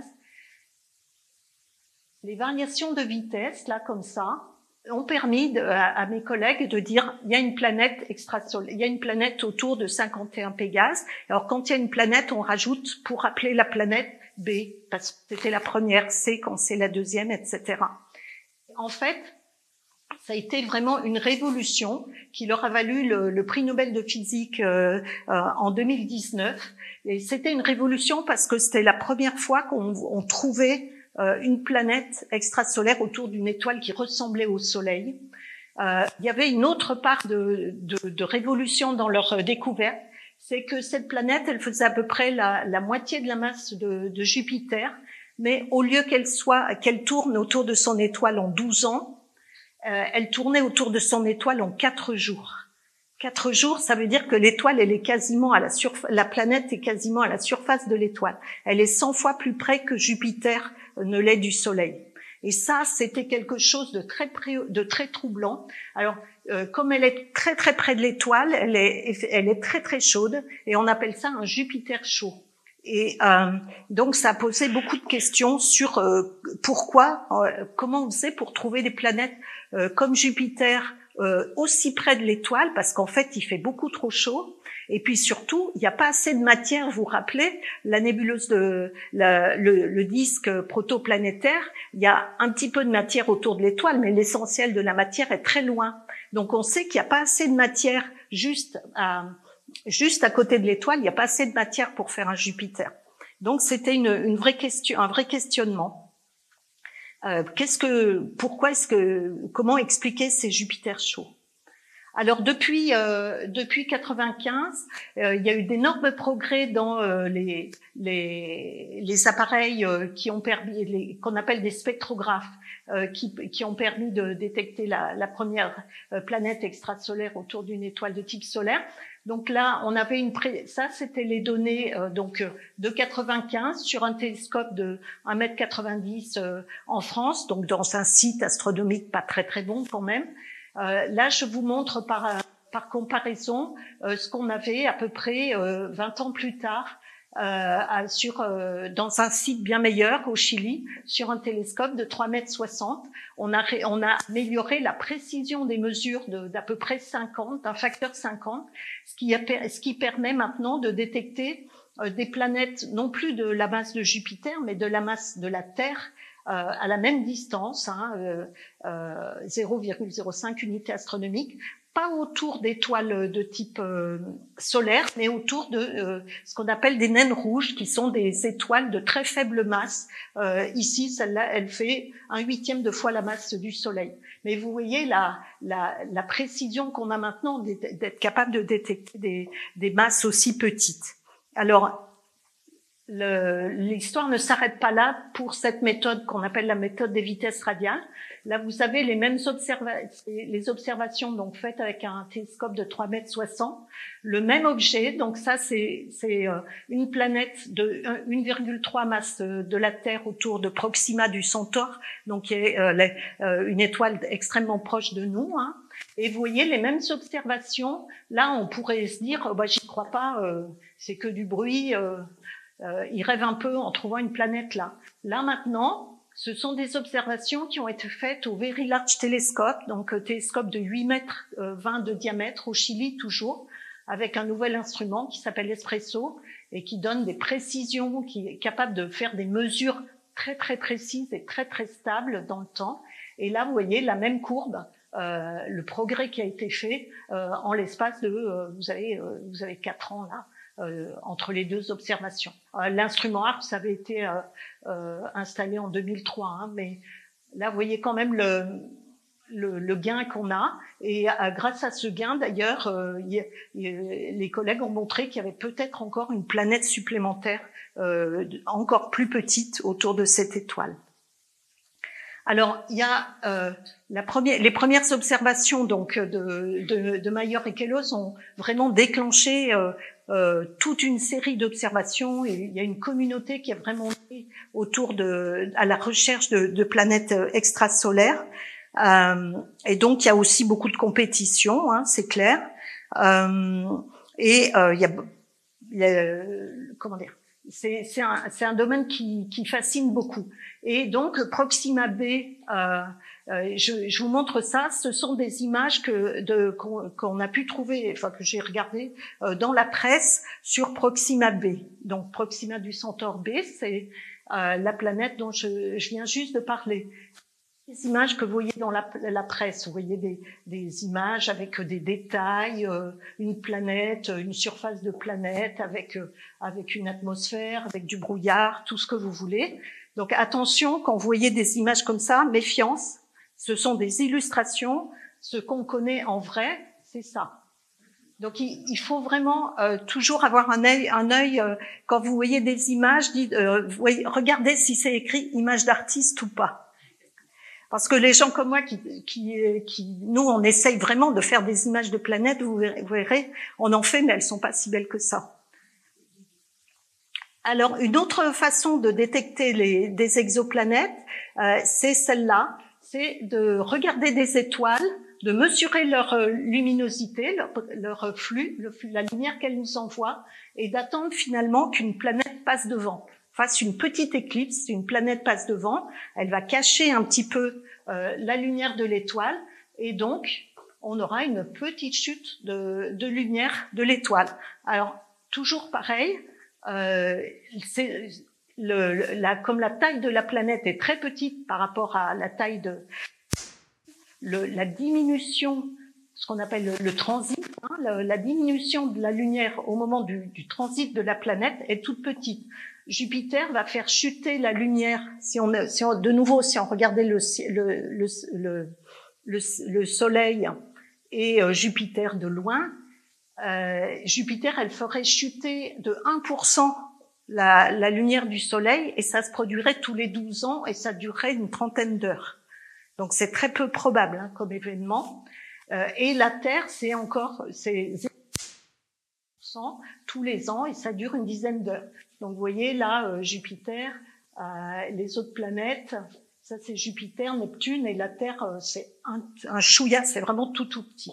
Les variations de vitesse, là, comme ça, ont permis de, à, à mes collègues de dire il y a une planète extrasolaire, il y a une planète autour de cinquante et un Pégase. Alors, quand il y a une planète, on rajoute pour appeler la planète B, parce que c'était la première, C quand c'est la deuxième, et cetera. En fait, ça a été vraiment une révolution qui leur a valu le, le prix Nobel de physique euh, euh, en deux mille dix-neuf. Et c'était une révolution parce que c'était la première fois qu'on on trouvait euh, une planète extrasolaire autour d'une étoile qui ressemblait au Soleil. Euh, il y avait une autre part de, de, de révolution dans leur découverte, c'est que cette planète, elle faisait à peu près la, la moitié de la masse de, de Jupiter, mais au lieu qu'elle soit, qu'elle tourne autour de son étoile en douze ans, euh, elle tournait autour de son étoile en quatre jours. Quatre jours, ça veut dire que l'étoile, elle est quasiment à la surface, la planète est quasiment à la surface de l'étoile. Elle est cent fois plus près que Jupiter ne l'est du Soleil. Et ça, c'était quelque chose de très, de très troublant. Alors, euh, comme elle est très très près de l'étoile, elle est, elle est très très chaude, et on appelle ça un Jupiter chaud. Et euh, donc, ça a posé beaucoup de questions sur euh, pourquoi, euh, comment on faisait pour trouver des planètes euh, comme Jupiter euh, aussi près de l'étoile, parce qu'en fait, il fait beaucoup trop chaud. Et puis surtout, il n'y a pas assez de matière. Vous vous rappelez, la nébuleuse de la, le, le disque protoplanétaire, il y a un petit peu de matière autour de l'étoile, mais l'essentiel de la matière est très loin. Donc on sait qu'il n'y a pas assez de matière juste à, juste à côté de l'étoile. Il n'y a pas assez de matière pour faire un Jupiter. Donc c'était une, une vraie question, un vrai questionnement. Euh, qu'est-ce que, pourquoi est-ce que, comment expliquer ces Jupiters chauds? Alors depuis euh, depuis quatre-vingt-quinze, euh, il y a eu d'énormes progrès dans euh, les les les appareils euh, qui ont permis les qu'on appelle des spectrographes euh, qui qui ont permis de détecter la la première euh, planète extrasolaire autour d'une étoile de type solaire. Donc là, on avait une pré... ça c'était les données euh, donc de quatre-vingt-quinze sur un télescope de un mètre quatre-vingt-dix euh, en France, donc dans un site astronomique pas très très bon quand même. Euh, là, je vous montre par, par comparaison euh, ce qu'on avait à peu près euh, vingt ans plus tard euh, à, sur, euh, dans un site bien meilleur au Chili, sur un télescope de trois mètres soixante. On a, on a amélioré la précision des mesures d'à peu près cinquante, d'un facteur cinquante, ce qui, a, ce qui permet maintenant de détecter euh, des planètes non plus de la masse de Jupiter, mais de la masse de la Terre, Euh, à la même distance, hein, euh, euh, zéro virgule zéro cinq unités astronomiques, pas autour d'étoiles de type euh, solaire, mais autour de euh, ce qu'on appelle des naines rouges, qui sont des étoiles de très faible masse. Euh, ici, celle-là, elle fait un huitième de fois la masse du Soleil. Mais vous voyez la, la, la précision qu'on a maintenant d'être capable de détecter des, des masses aussi petites. Alors, l'histoire ne s'arrête pas là pour cette méthode qu'on appelle la méthode des vitesses radiales. Là, vous avez les mêmes observations, les observations donc faites avec un télescope de trois mètres soixante. Le même objet, donc ça c'est c'est une planète de un virgule trois masse de la Terre autour de Proxima du Centaure, donc qui est euh, une étoile extrêmement proche de nous. Hein. Et vous voyez les mêmes observations. Là, on pourrait se dire, oh, bah j'y crois pas, euh, c'est que du bruit. Euh, Euh, ils rêvent un peu en trouvant une planète là. Là maintenant, ce sont des observations qui ont été faites au Very Large Telescope, donc euh, télescope de huit mètres vingt de diamètre au Chili toujours, avec un nouvel instrument qui s'appelle Espresso et qui donne des précisions, qui est capable de faire des mesures très très précises et très très stables dans le temps. Et là, vous voyez la même courbe. Euh, le progrès qui a été fait euh, en l'espace de, euh, vous avez, euh, vous avez quatre ans là. Euh, entre les deux observations. Euh, L'instrument A R P S avait été euh, euh, installé en deux mille trois, hein, mais là, vous voyez quand même le, le, le gain qu'on a. Et euh, grâce à ce gain, d'ailleurs, euh, y, y, les collègues ont montré qu'il y avait peut-être encore une planète supplémentaire, euh, encore plus petite, autour de cette étoile. Alors, il y a euh, la première, les premières observations donc de, de, de Mayer et Kellos ont vraiment déclenché euh, euh, toute une série d'observations. Et il y a une communauté qui est vraiment née autour de à la recherche de, de planètes extrasolaires. Euh, et donc, il y a aussi beaucoup de compétition, hein, c'est clair. Euh, et euh, il y a, il y a comment dire. C'est, c'est, un, c'est un domaine qui, qui fascine beaucoup. Et donc, Proxima B, euh, euh, je, je vous montre ça. Ce sont des images que de, qu'on, qu'on a pu trouver, enfin que j'ai regardé euh, dans la presse sur Proxima B. Donc, Proxima du Centaure B, c'est euh, la planète dont je, je viens juste de parler. Les images que vous voyez dans la, la presse, vous voyez des, des images avec des détails, euh, une planète, une surface de planète, avec euh, avec une atmosphère, avec du brouillard, tout ce que vous voulez. Donc attention, quand vous voyez des images comme ça, méfiance, ce sont des illustrations. Ce qu'on connaît en vrai, c'est ça. Donc il, il faut vraiment euh, toujours avoir un œil, un œil euh, quand vous voyez des images, dites, euh, vous voyez, regardez si c'est écrit image d'artiste ou pas. Parce que les gens comme moi qui, qui, qui, nous, on essaye vraiment de faire des images de planètes, vous verrez, vous verrez, on en fait, mais elles sont pas si belles que ça. Alors, une autre façon de détecter les, des exoplanètes, euh, c'est celle-là, c'est de regarder des étoiles, de mesurer leur luminosité, leur, leur flux, le flux, la lumière qu'elles nous envoient, et d'attendre finalement qu'une planète passe devant, fasse une petite éclipse, une planète passe devant, elle va cacher un petit peu euh, la lumière de l'étoile, et donc on aura une petite chute de, de lumière de l'étoile. Alors, toujours pareil, euh, c'est le, la, comme la taille de la planète est très petite par rapport à la taille de le, la diminution, ce qu'on appelle le, le transit, hein, la, la diminution de la lumière au moment du, du transit de la planète est toute petite. Jupiter va faire chuter la lumière, si on, si on de nouveau, si on regardait le, le, le, le, le, le Soleil et euh, Jupiter de loin, euh, Jupiter, elle ferait chuter de un pour cent la, la lumière du Soleil, et ça se produirait tous les douze ans, et ça durerait une trentaine d'heures. Donc c'est très peu probable hein, comme événement. Euh, et la Terre, c'est encore c'est zéro pour cent tous les ans, et ça dure une dizaine d'heures. Donc vous voyez là, euh, Jupiter, euh, les autres planètes, ça c'est Jupiter, Neptune, et la Terre, euh, c'est un, un chouïa, c'est vraiment tout tout petit.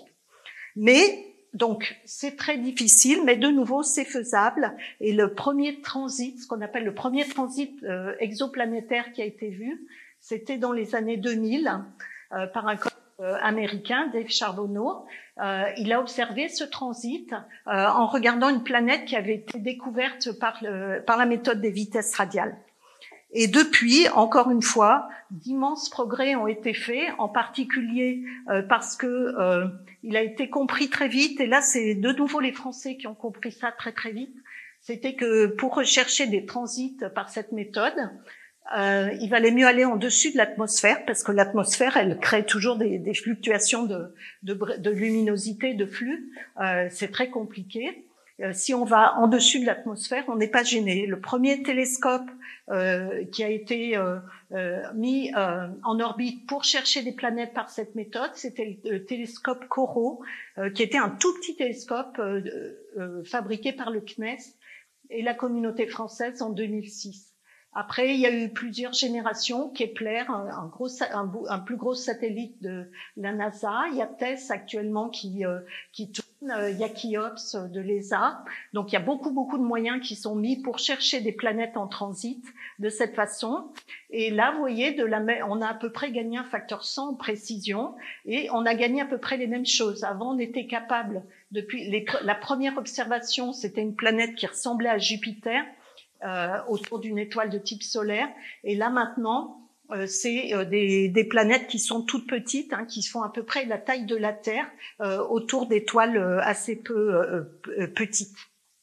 Mais donc c'est très difficile, mais de nouveau c'est faisable. Et le premier transit, ce qu'on appelle le premier transit euh, exoplanétaire qui a été vu, c'était dans les années deux mille euh, par un euh, américain, Dave Charbonneau. Euh, il a observé ce transit euh, en regardant une planète qui avait été découverte par, le, par la méthode des vitesses radiales. Et depuis, encore une fois, d'immenses progrès ont été faits, en particulier euh, parce que euh, il a été compris très vite, et là c'est de nouveau les Français qui ont compris ça très très vite, c'était que pour rechercher des transits par cette méthode, Euh, il valait mieux aller en dessus de l'atmosphère, parce que l'atmosphère, elle crée toujours des, des fluctuations de, de, de luminosité, de flux. Euh, c'est très compliqué. Euh, si on va en dessus de l'atmosphère, on n'est pas gêné. Le premier télescope euh, qui a été euh, euh, mis euh, en orbite pour chercher des planètes par cette méthode, c'était le télescope Corot, euh, qui était un tout petit télescope euh, euh, fabriqué par le C N E S et la communauté française en deux mille six. Après, il y a eu plusieurs générations, Kepler, un, un, gros, un, un plus gros satellite de la NASA. Il y a TESS actuellement qui, euh, qui tourne, euh, il y a Cheops de l'E S A. Donc, il y a beaucoup, beaucoup de moyens qui sont mis pour chercher des planètes en transit de cette façon. Et là, vous voyez, de la, on a à peu près gagné un facteur cent en précision, et on a gagné à peu près les mêmes choses. Avant, on était capable, depuis les, la première observation, c'était une planète qui ressemblait à Jupiter, Euh, autour d'une étoile de type solaire, et là maintenant euh, c'est euh, des, des planètes qui sont toutes petites, hein, qui font à peu près la taille de la Terre, euh, autour d'étoiles euh, assez peu euh, petites.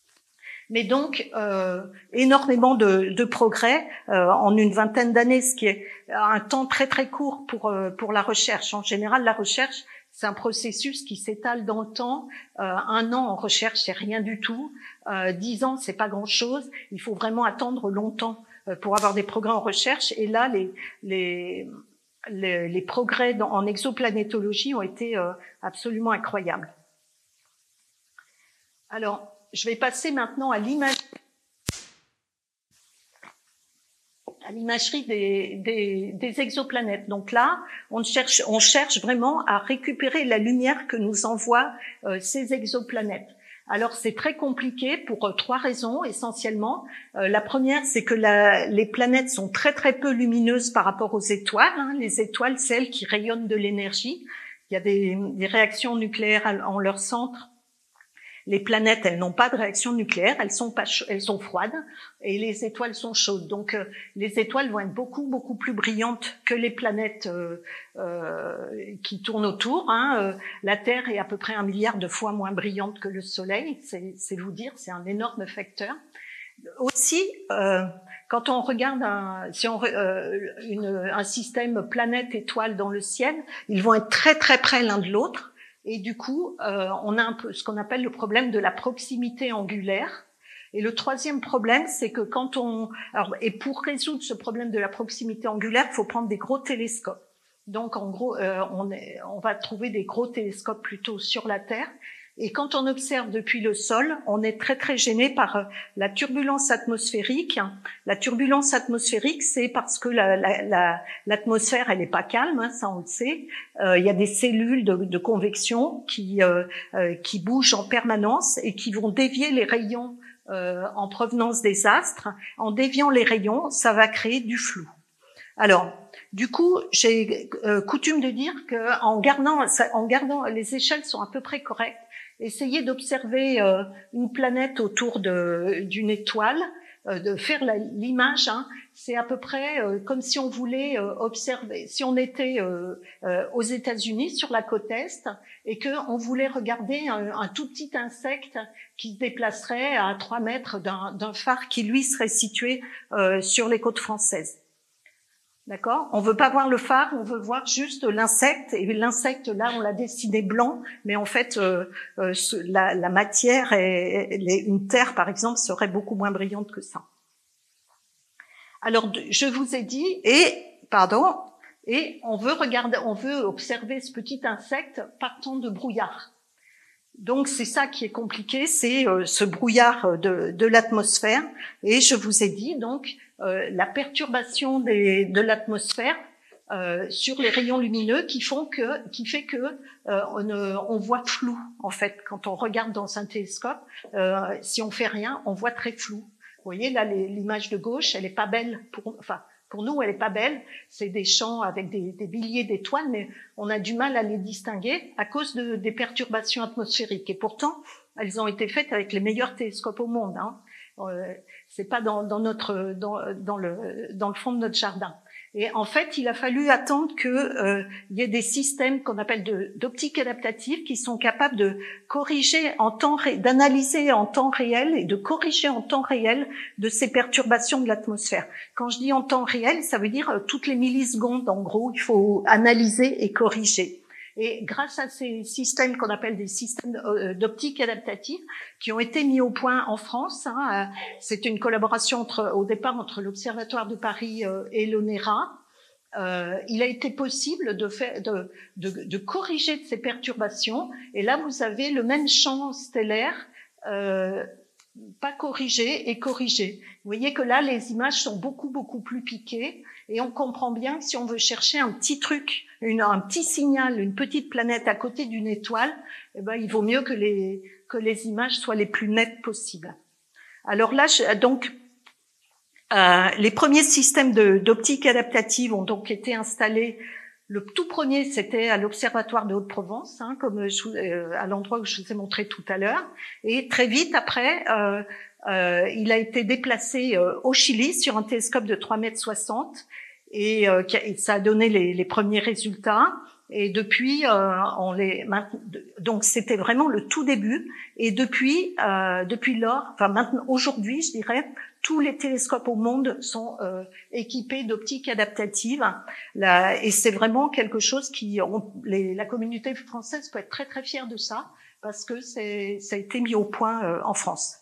Mais donc euh, énormément de, de progrès euh, en une vingtaine d'années, ce qui est un temps très très court pour euh, pour la recherche. En général, la recherche, c'est un processus qui s'étale dans le temps. Euh, un an en recherche, c'est rien du tout. Euh, dix ans, c'est pas grand-chose. Il faut vraiment attendre longtemps euh, pour avoir des progrès en recherche. Et là, les les les, les progrès dans, en exoplanétologie ont été euh, absolument incroyables. Alors, je vais passer maintenant à l'image. à l'imagerie des, des, des exoplanètes. Donc là, on cherche, on cherche vraiment à récupérer la lumière que nous envoient euh, ces exoplanètes. Alors c'est très compliqué pour euh, trois raisons essentiellement. Euh, la première, c'est que la, les planètes sont très très peu lumineuses par rapport aux étoiles. Hein. Les étoiles, celles qui rayonnent de l'énergie. Il y a des, des réactions nucléaires en leur centre. Les planètes, elles n'ont pas de réaction nucléaire, elles sont pas, elles sont froides, et les étoiles sont chaudes. Donc, euh, les étoiles vont être beaucoup, beaucoup plus brillantes que les planètes euh, euh, qui tournent autour. Hein. Euh, la Terre est à peu près un milliard de fois moins brillante que le Soleil. C'est, c'est vous dire, c'est un énorme facteur. Aussi, euh, quand on regarde un, si on, euh, une, un système planète-étoile dans le ciel, ils vont être très, très près l'un de l'autre. Et du coup, euh, on a un peu ce qu'on appelle le problème de la proximité angulaire. Et le troisième problème, c'est que quand on... Alors, et pour résoudre ce problème de la proximité angulaire, il faut prendre des gros télescopes. Donc, en gros, euh, on, est, on va trouver des gros télescopes plutôt sur la Terre. Et quand on observe depuis le sol, on est très très gêné par la turbulence atmosphérique. La turbulence atmosphérique, c'est parce que la, la, la, l'atmosphère, elle n'est pas calme, hein, ça on le sait. Euh, il y a des cellules de, de convection qui, euh, euh, qui bougent en permanence et qui vont dévier les rayons euh, en provenance des astres. En déviant les rayons, ça va créer du flou. Alors, du coup, j'ai euh, coutume de dire que en gardant, en gardant, les échelles sont à peu près correctes. Essayez d'observer euh, une planète autour de, d'une étoile, euh, de faire la, l'image. Hein, c'est à peu près euh, comme si on voulait euh, observer, si on était euh, euh, aux États-Unis sur la côte est et que on voulait regarder un, un tout petit insecte qui se déplacerait à trois mètres d'un, d'un phare qui lui serait situé euh, sur les côtes françaises. D'accord? On veut pas voir le phare, on veut voir juste l'insecte. Et l'insecte, là, on l'a dessiné blanc, mais en fait, euh, euh, la, la matière, est, les, une terre, par exemple, serait beaucoup moins brillante que ça. Alors, je vous ai dit, et pardon, et on veut regarder, on veut observer ce petit insecte partant de brouillard. Donc, c'est ça qui est compliqué, c'est euh, ce brouillard de, de l'atmosphère. Et je vous ai dit, donc, euh, la perturbation des, de l'atmosphère euh, sur les rayons lumineux qui font que, qui fait que euh, on, on voit flou, en fait. Quand on regarde dans un télescope, euh, si on fait rien, on voit très flou. Vous voyez, là, les, l'image de gauche, elle est pas belle pour, enfin, pour nous, elle est pas belle. C'est des champs avec des, des milliers d'étoiles, mais on a du mal à les distinguer à cause de, des perturbations atmosphériques. Et pourtant, elles ont été faites avec les meilleurs télescopes au monde. Hein. Euh, c'est pas dans, dans notre, dans, dans le, dans le fond de notre jardin. Et en fait, il a fallu attendre que euh, il y ait des systèmes qu'on appelle de, d'optique adaptative qui sont capables de corriger en temps, ré, d'analyser en temps réel et de corriger en temps réel de ces perturbations de l'atmosphère. Quand je dis en temps réel, ça veut dire euh, toutes les millisecondes, en gros, il faut analyser et corriger. Et grâce à ces systèmes qu'on appelle des systèmes d'optique adaptative qui ont été mis au point en France, hein, c'est une collaboration entre, au départ entre l'Observatoire de Paris et l'ONERA. Euh, il a été possible de, faire, de, de, de corriger de ces perturbations. Et là, vous avez le même champ stellaire, euh, pas corrigé et corrigé. Vous voyez que là, les images sont beaucoup, beaucoup plus piquées. Et on comprend bien que si on veut chercher un petit truc, une, un petit signal, une petite planète à côté d'une étoile, eh ben, il vaut mieux que les, que les images soient les plus nettes possibles. Alors là, je, donc, euh, les premiers systèmes de, d'optique adaptative ont donc été installés. Le tout premier, c'était à l'Observatoire de Haute-Provence, hein, comme je, euh, à l'endroit que je vous ai montré tout à l'heure. Et très vite après, euh, euh, il a été déplacé euh, au Chili sur un télescope de trois mètres soixante. Et, euh, et ça a donné les, les premiers résultats. Et depuis, euh, on les donc c'était vraiment le tout début. Et depuis, euh, depuis lors, enfin maintenant, aujourd'hui, je dirais, tous les télescopes au monde sont euh, équipés d'optique adaptative. Là, et c'est vraiment quelque chose qui, on, les, la communauté française peut être très très fière de ça parce que c'est, ça a été mis au point euh, en France.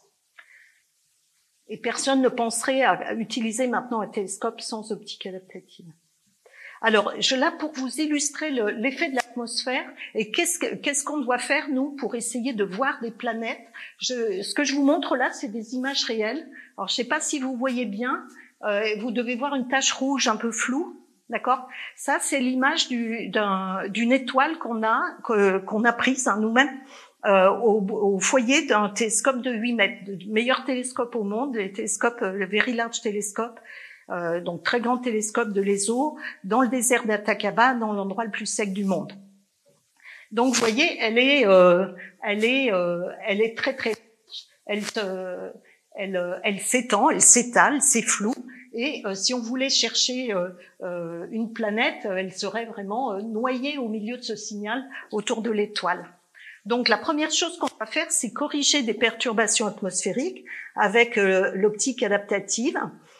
Et personne ne penserait à, à utiliser maintenant un télescope sans optique adaptative. Alors, je là pour vous illustrer le, l'effet de l'atmosphère et qu'est-ce, que, qu'est-ce qu'on doit faire, nous, pour essayer de voir des planètes. Je, ce que je vous montre là, c'est des images réelles. Alors, je ne sais pas si vous voyez bien, euh, vous devez voir une tache rouge un peu floue, d'accord? Ça, c'est l'image du, d'un, d'une étoile qu'on a, que, qu'on a prise hein, nous-mêmes. Euh, au, au foyer d'un télescope de huit mètres, le meilleur télescope au monde, le télescope, le Very Large Telescope, euh, donc très grand télescope de l'E S O, dans le désert d'Atacama, dans l'endroit le plus sec du monde. Donc vous voyez, elle est, euh, elle est, euh, elle est très très, elle, euh, elle, elle s'étend, elle s'étale, c'est flou. Et euh, si on voulait chercher euh, euh, une planète, elle serait vraiment euh, noyée au milieu de ce signal autour de l'étoile. Donc la première chose qu'on va faire, c'est corriger des perturbations atmosphériques avec euh, l'optique adaptative.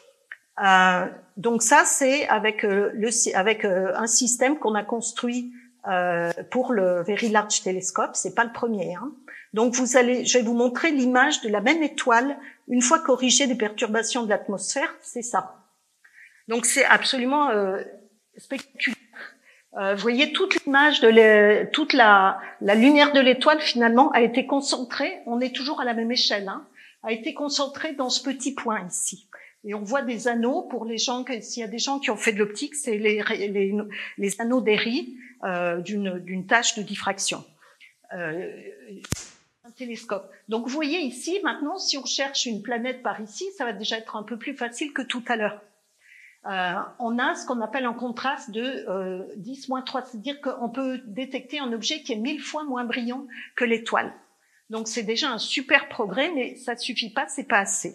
Euh, donc ça, c'est avec, euh, le, avec euh, un système qu'on a construit euh, pour le Very Large Telescope. C'est pas le premier. Hein. Donc vous allez, je vais vous montrer l'image de la même étoile une fois corrigée des perturbations de l'atmosphère. C'est ça. Donc c'est absolument euh, spectaculaire. Euh, vous voyez, toute l'image de les, toute la, la lumière de l'étoile finalement a été concentrée. On est toujours à la même échelle. Hein, a été concentrée dans ce petit point ici. Et on voit des anneaux pour les gens, que s'il y a des gens qui ont fait de l'optique, c'est les, les, les anneaux d'Airy euh, d'une, d'une tâche de diffraction. Euh, un télescope. Donc vous voyez ici, maintenant, si on cherche une planète par ici, ça va déjà être un peu plus facile que tout à l'heure. Euh, on a ce qu'on appelle un contraste de euh, dix moins trois, c'est-à-dire qu'on peut détecter un objet qui est mille fois moins brillant que l'étoile. Donc c'est déjà un super progrès, mais ça suffit pas, c'est pas assez.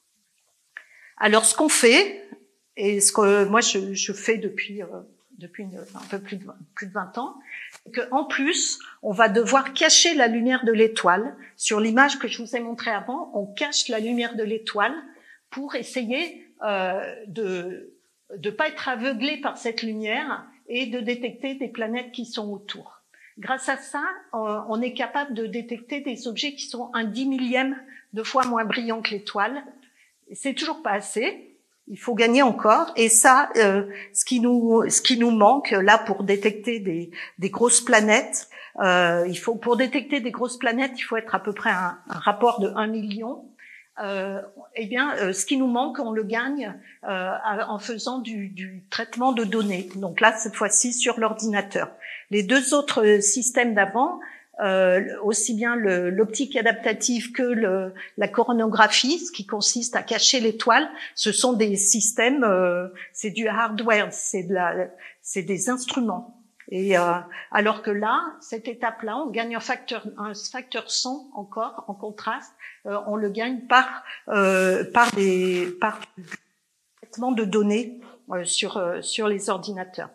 Alors, ce qu'on fait, et ce que moi je, je fais depuis euh, depuis une, un peu plus de plus de vingt ans, c'est qu'en plus, on va devoir cacher la lumière de l'étoile. Sur l'image que je vous ai montrée avant, on cache la lumière de l'étoile pour essayer euh, de de pas être aveuglé par cette lumière et de détecter des planètes qui sont autour. Grâce à ça, euh, on est capable de détecter des objets qui sont un dix millième de fois moins brillants que l'étoile. C'est toujours pas assez. Il faut gagner encore. Et ça, euh, ce qui nous, ce qui nous manque là pour détecter des, des grosses planètes, euh, il faut pour détecter des grosses planètes, il faut être à peu près un, un rapport de un million. Euh, eh bien, euh, ce qui nous manque, on le gagne euh, en faisant du, du traitement de données. Donc là, cette fois-ci sur l'ordinateur. Les deux autres systèmes d'avant. Euh, aussi bien le, l'optique adaptative que le, la coronographie, ce qui consiste à cacher l'étoile, ce sont des systèmes, euh, c'est du hardware, c'est de la, c'est des instruments. Et euh, alors que là, cette étape-là, on gagne un facteur, un facteur cent encore en contraste, euh, on le gagne par euh, par des par du traitement de données euh, sur euh, sur les ordinateurs.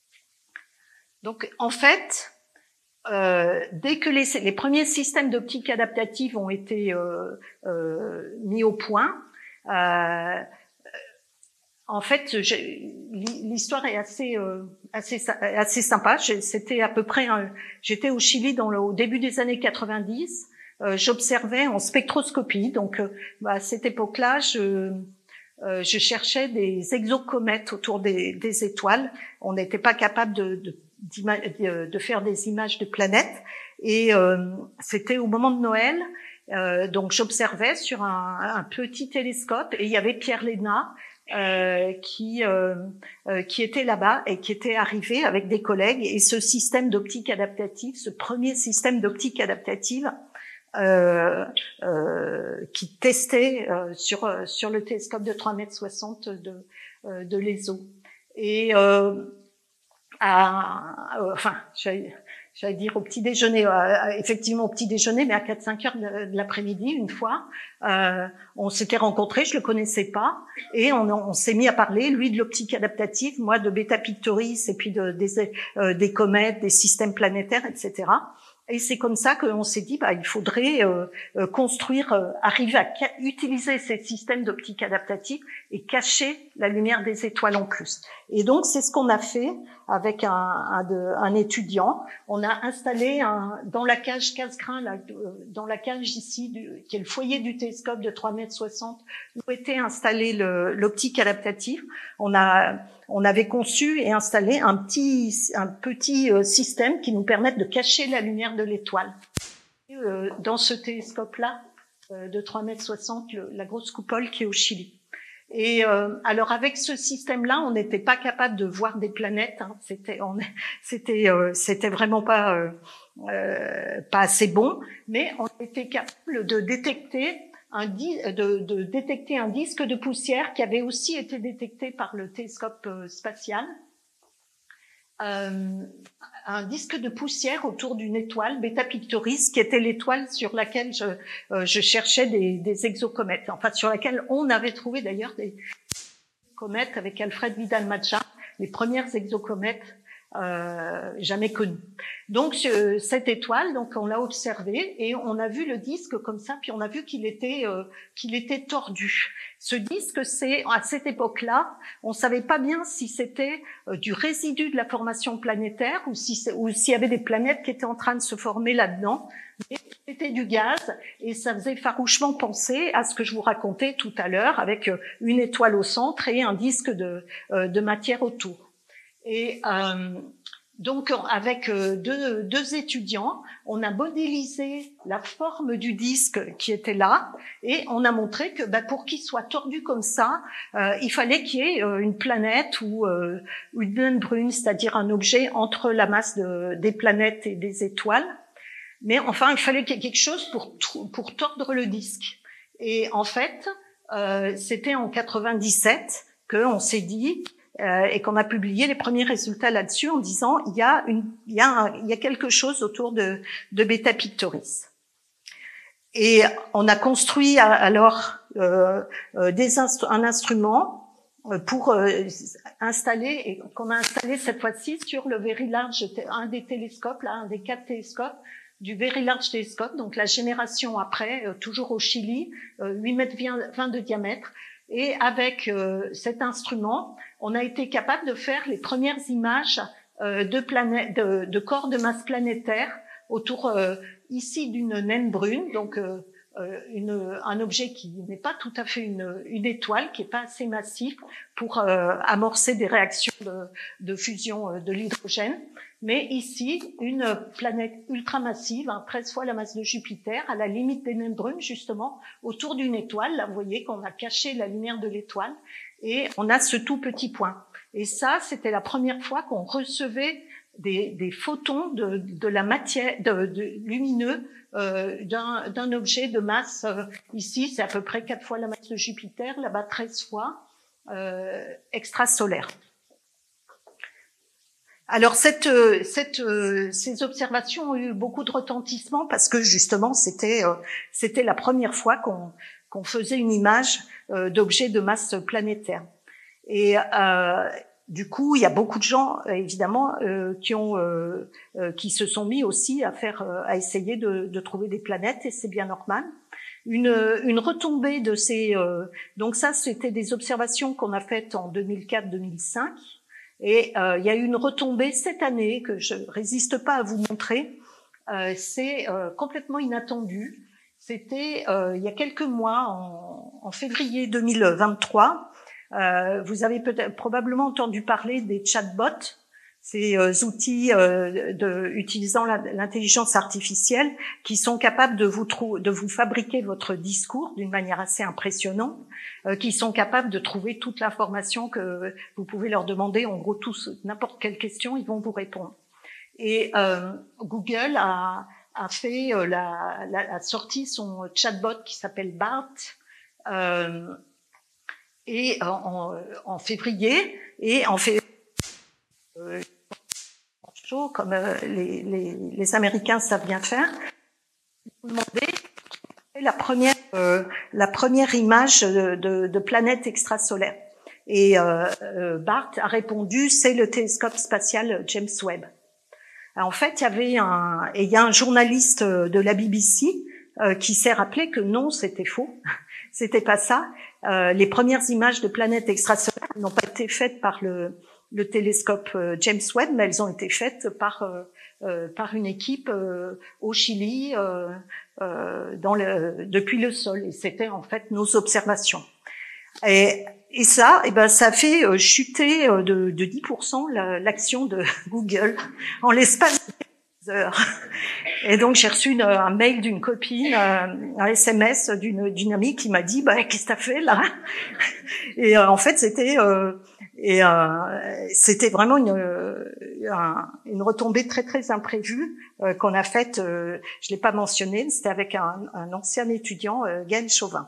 Donc en fait. Euh, dès que les, les premiers systèmes d'optique adaptative ont été euh, euh, mis au point, euh, en fait, l'histoire est assez euh, assez assez sympa. C'était à peu près, un, j'étais au Chili dans le, au début des années quatre-vingt-dix. Euh, j'observais en spectroscopie. Donc, euh, à cette époque-là, je euh, je cherchais des exocomètes autour des, des étoiles. On n'était pas capable de, de de faire des images de planètes et euh, c'était au moment de Noël, euh, donc j'observais sur un, un petit télescope et il y avait Pierre Léna euh, qui euh, euh, qui était là-bas et qui était arrivé avec des collègues et ce système d'optique adaptative, ce premier système d'optique adaptative euh, euh, qui testait euh, sur sur le télescope de trois mètres soixante de euh, de l'E S O et euh, À, euh, enfin, j'allais, j'allais dire au petit déjeuner, euh, effectivement au petit déjeuner, mais à quatre cinq heures de, de l'après-midi, une fois, euh, on s'était rencontrés, je le connaissais pas, et on, on s'est mis à parler, lui de l'optique adaptative, moi de Beta Pictoris, et puis de, des, euh, des comètes, des systèmes planétaires, et cetera. Et c'est comme ça qu'on s'est dit, bah, il faudrait euh, euh, construire, euh, arriver à ca- utiliser ces systèmes d'optique adaptative et cacher la lumière des étoiles en plus. Et donc, c'est ce qu'on a fait avec un, un, de, un étudiant. On a installé un, dans la cage Cassegrain, là, dans la cage ici, du, qui est le foyer du télescope de trois mètres soixante, où était installé le, l'optique adaptative. On a On avait conçu et installé un petit, un petit euh, système qui nous permette de cacher la lumière de l'étoile. Euh, dans ce télescope-là, euh, de trois mètres soixante, le, la grosse coupole qui est au Chili. Et euh, alors avec ce système-là, on n'était pas capable de voir des planètes. Hein. C'était, on, c'était, euh, c'était vraiment pas, euh, euh, pas assez bon, mais on était capable de détecter. Un di- de, de détecter un disque de poussière qui avait aussi été détecté par le télescope euh, spatial. Euh, un disque de poussière autour d'une étoile, Beta Pictoris, qui était l'étoile sur laquelle je, euh, je cherchais des, des exocomètes, enfin sur laquelle on avait trouvé d'ailleurs des comètes avec Alfred Vidal-Macha, les premières exocomètes euh, jamais connue. Donc ce, cette étoile, donc on l'a observée et on a vu le disque comme ça, puis on a vu qu'il était euh, qu'il était tordu. Ce disque, c'est à cette époque-là, on savait pas bien si c'était euh, du résidu de la formation planétaire ou si ou s'il y avait des planètes qui étaient en train de se former là-dedans. Mais c'était du gaz et ça faisait farouchement penser à ce que je vous racontais tout à l'heure avec une étoile au centre et un disque de euh, de matière autour. Et euh, donc, avec deux, deux étudiants, on a modélisé la forme du disque qui était là et on a montré que bah, pour qu'il soit tordu comme ça, euh, il fallait qu'il y ait euh, une planète ou euh, une naine brune, c'est-à-dire un objet entre la masse de, des planètes et des étoiles. Mais enfin, il fallait qu'il y ait quelque chose pour, pour tordre le disque. Et en fait, euh, c'était en quatre-vingt-dix-sept qu'on s'est dit... Euh, et qu'on a publié les premiers résultats là-dessus en disant il y a une il y a un, il y a quelque chose autour de de Beta Pictoris. Et on a construit alors euh, euh, des instru- un instrument pour euh, installer et qu'on a installé cette fois-ci sur le Very Large, un des télescopes là, un des quatre télescopes du Very Large Telescope, donc la génération après, euh, toujours au Chili, euh, huit mètres vingt de diamètre. Et avec euh, cet instrument, on a été capable de faire les premières images euh, de, planète, de, de corps de masse planétaire autour euh, ici d'une naine brune, donc euh, une, un objet qui n'est pas tout à fait une, une étoile, qui n'est pas assez massif pour euh, amorcer des réactions de, de fusion de l'hydrogène. Mais ici, une planète ultramassive, hein, treize fois la masse de Jupiter, à la limite des naines brunes, justement, autour d'une étoile. Là, vous voyez qu'on a caché la lumière de l'étoile et on a ce tout petit point. Et ça, c'était la première fois qu'on recevait des, des photons de, de la matière, de, de lumineux euh, d'un, d'un objet de masse. Euh, ici, c'est à peu près quatre fois la masse de Jupiter, là-bas treize fois, euh, extrasolaire. Alors cette, cette, ces observations ont eu beaucoup de retentissement parce que justement c'était, c'était la première fois qu'on, qu'on faisait une image d'objets de masse planétaire. Et euh, du coup, il y a beaucoup de gens évidemment euh, qui ont, euh, qui se sont mis aussi à faire, à essayer de, de trouver des planètes et c'est bien normal. Une, une retombée de ces, euh, donc ça c'était des observations qu'on a faites en deux mille quatre deux mille cinq. Et euh, il y a eu une retombée cette année que je résiste pas à vous montrer. Euh, c'est euh, complètement inattendu. C'était euh, il y a quelques mois, en, en février deux mille vingt-trois. Euh, vous avez peut-être probablement entendu parler des chatbots, ces euh, outils euh, de, utilisant la, l'intelligence artificielle qui sont capables de vous trou- de vous fabriquer votre discours d'une manière assez impressionnante, euh, qui sont capables de trouver toute l'information que vous pouvez leur demander, en gros tous n'importe quelle question, ils vont vous répondre. Et euh, Google a, a fait euh, la, la, a sorti son chatbot qui s'appelle Bart euh, et en, en février et en février Euh, chaud, comme euh, les, les, les Américains savent bien faire. Vous demandez la première, euh, la première image de, de, de planète extrasolaire. Et euh, euh, Bart a répondu, c'est le télescope spatial James Webb. Alors, en fait, il y avait un, et il y a un journaliste de la B B C euh, qui s'est rappelé que non, c'était faux, c'était pas ça. Euh, les premières images de planètes extrasolaires n'ont pas été faites par le le télescope James Webb, mais elles ont été faites par euh, euh, par une équipe euh, au Chili euh, euh, dans le, depuis le sol. Et c'était en fait nos observations. Et, et ça, eh ben, ça a fait euh, chuter euh, de, de dix pour cent la, l'action de Google en l'espace de quelques heures. Et donc j'ai reçu une, un mail d'une copine, euh, un S M S d'une, d'une amie qui m'a dit bah, « Qu'est-ce que t'as fait là ?» Et euh, en fait, c'était euh, et euh, c'était vraiment une, un, une retombée très très imprévue euh, qu'on a faite. Euh, je l'ai pas mentionné, c'était avec un, un ancien étudiant, euh, Gaël Chauvin.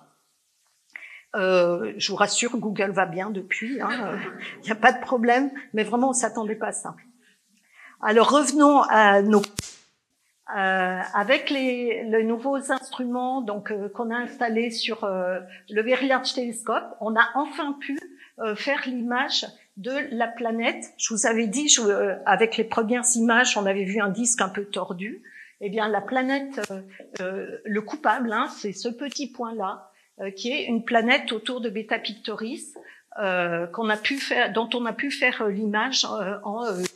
Euh, je vous rassure, Google va bien depuis, il hein, n'y a pas de problème, mais vraiment on s'attendait pas à ça. Alors revenons à nos Euh, avec les, les nouveaux instruments donc euh, qu'on a installés sur euh, le Very Large Telescope, on a enfin pu euh, faire l'image de la planète. Je vous avais dit, je, euh, avec les premières images, on avait vu un disque un peu tordu. Eh bien, la planète, euh, euh, le coupable, hein, c'est ce petit point-là, euh, qui est une planète autour de Beta Pictoris, euh, qu'on a pu faire, dont on a pu faire l'image euh, en, euh,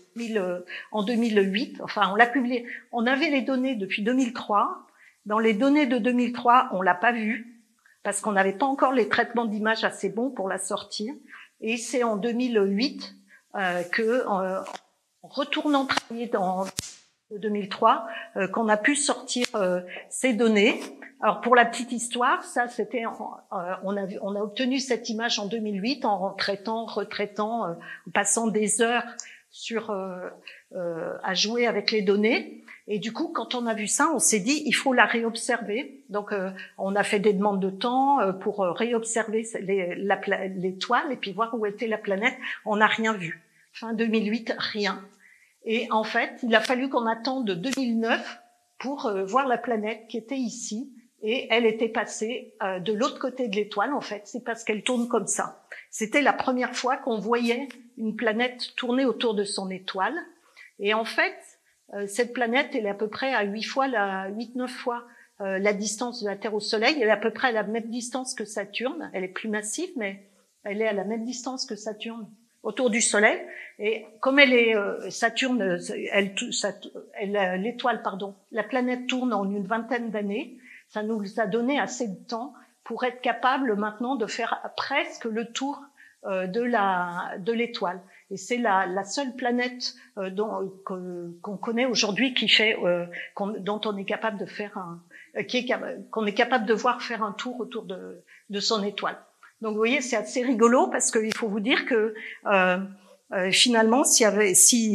en deux mille huit. Enfin, on l'a publié. On avait les données depuis deux mille trois. Dans les données de deux mille trois, on l'a pas vue parce qu'on n'avait pas encore les traitements d'image assez bons pour la sortir. Et c'est en deux mille huit euh, que, euh, en retournant travailler dans deux mille trois, euh, qu'on a pu sortir euh, ces données. Alors pour la petite histoire, ça c'était, euh, on a on a obtenu cette image en deux mille huit en traitant, retraitant, euh, passant des heures sur euh, euh, à jouer avec les données. Et du coup, quand on a vu ça, on s'est dit il faut la réobserver. Donc euh, on a fait des demandes de temps euh, pour réobserver les, la, l'étoile et puis voir où était la planète. On n'a rien vu. Fin deux mille huit, rien. Et en fait, il a fallu qu'on attende deux mille neuf pour euh, voir la planète qui était ici. Et elle était passée euh, de l'autre côté de l'étoile, en fait. C'est parce qu'elle tourne comme ça. C'était la première fois qu'on voyait une planète tourner autour de son étoile. Et en fait, euh, cette planète, elle est à peu près à huit fois, la, huit, neuf fois euh, la distance de la Terre au Soleil. Elle est à peu près à la même distance que Saturne. Elle est plus massive, mais elle est à la même distance que Saturne autour du Soleil. Et comme elle est euh, Saturne, elle, elle, elle, l'étoile, pardon, la planète tourne en une vingtaine d'années. Ça nous a donné assez de temps pour être capable maintenant de faire presque le tour euh, de la de l'étoile. Et c'est la, la seule planète euh, dont qu'on connaît aujourd'hui qui fait, euh, qu'on, dont on est capable de faire un, euh, qui est qu'on est capable de voir faire un tour autour de de son étoile. Donc vous voyez, c'est assez rigolo parce qu'il faut vous dire que euh, euh, finalement, s'il y avait,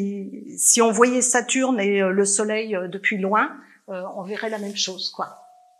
si si on voyait Saturne et euh, le Soleil euh, depuis loin, euh, on verrait la même chose, quoi.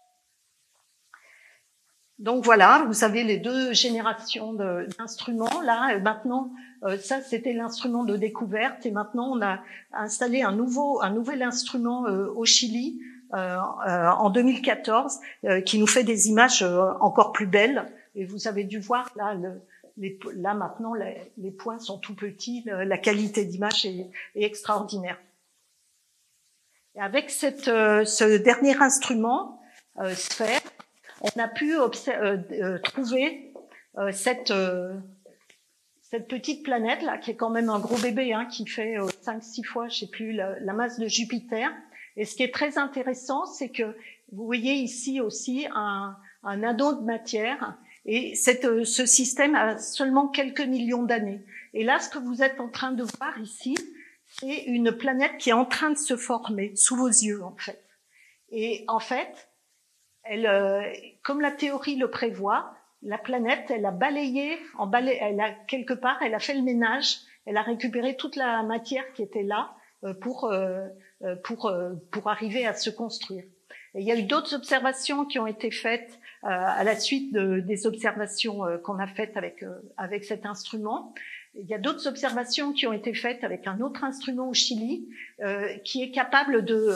Donc voilà, vous avez les deux générations de, d'instruments. Là, maintenant, euh, ça c'était l'instrument de découverte, et maintenant on a installé un nouveau, un nouvel instrument euh, au Chili euh, euh, en deux mille quatorze euh, qui nous fait des images euh, encore plus belles. Et vous avez dû voir là, le, les, là maintenant les, les points sont tout petits, le, la qualité d'image est, est extraordinaire. Et avec cette, euh, ce dernier instrument, euh, Sphère, on a pu euh, euh, trouver euh, cette euh, cette petite planète là, qui est quand même un gros bébé, hein, qui fait euh, cinq six fois, je sais plus, la, la masse de Jupiter. Et ce qui est très intéressant, c'est que vous voyez ici aussi un, un anneau de matière, et cette, euh, ce système a seulement quelques millions d'années. Et là, ce que vous êtes en train de voir ici, c'est une planète qui est en train de se former sous vos yeux, en fait. Et en fait, elle, euh, comme la théorie le prévoit, la planète, elle a balayé, en balai, elle a quelque part, elle a fait le ménage, elle a récupéré toute la matière qui était là euh, pour euh, pour euh, pour arriver à se construire. Et il y a eu d'autres observations qui ont été faites euh, à la suite de, des observations euh, qu'on a faites avec euh, avec cet instrument. Il y a d'autres observations qui ont été faites avec un autre instrument au Chili euh, qui est capable de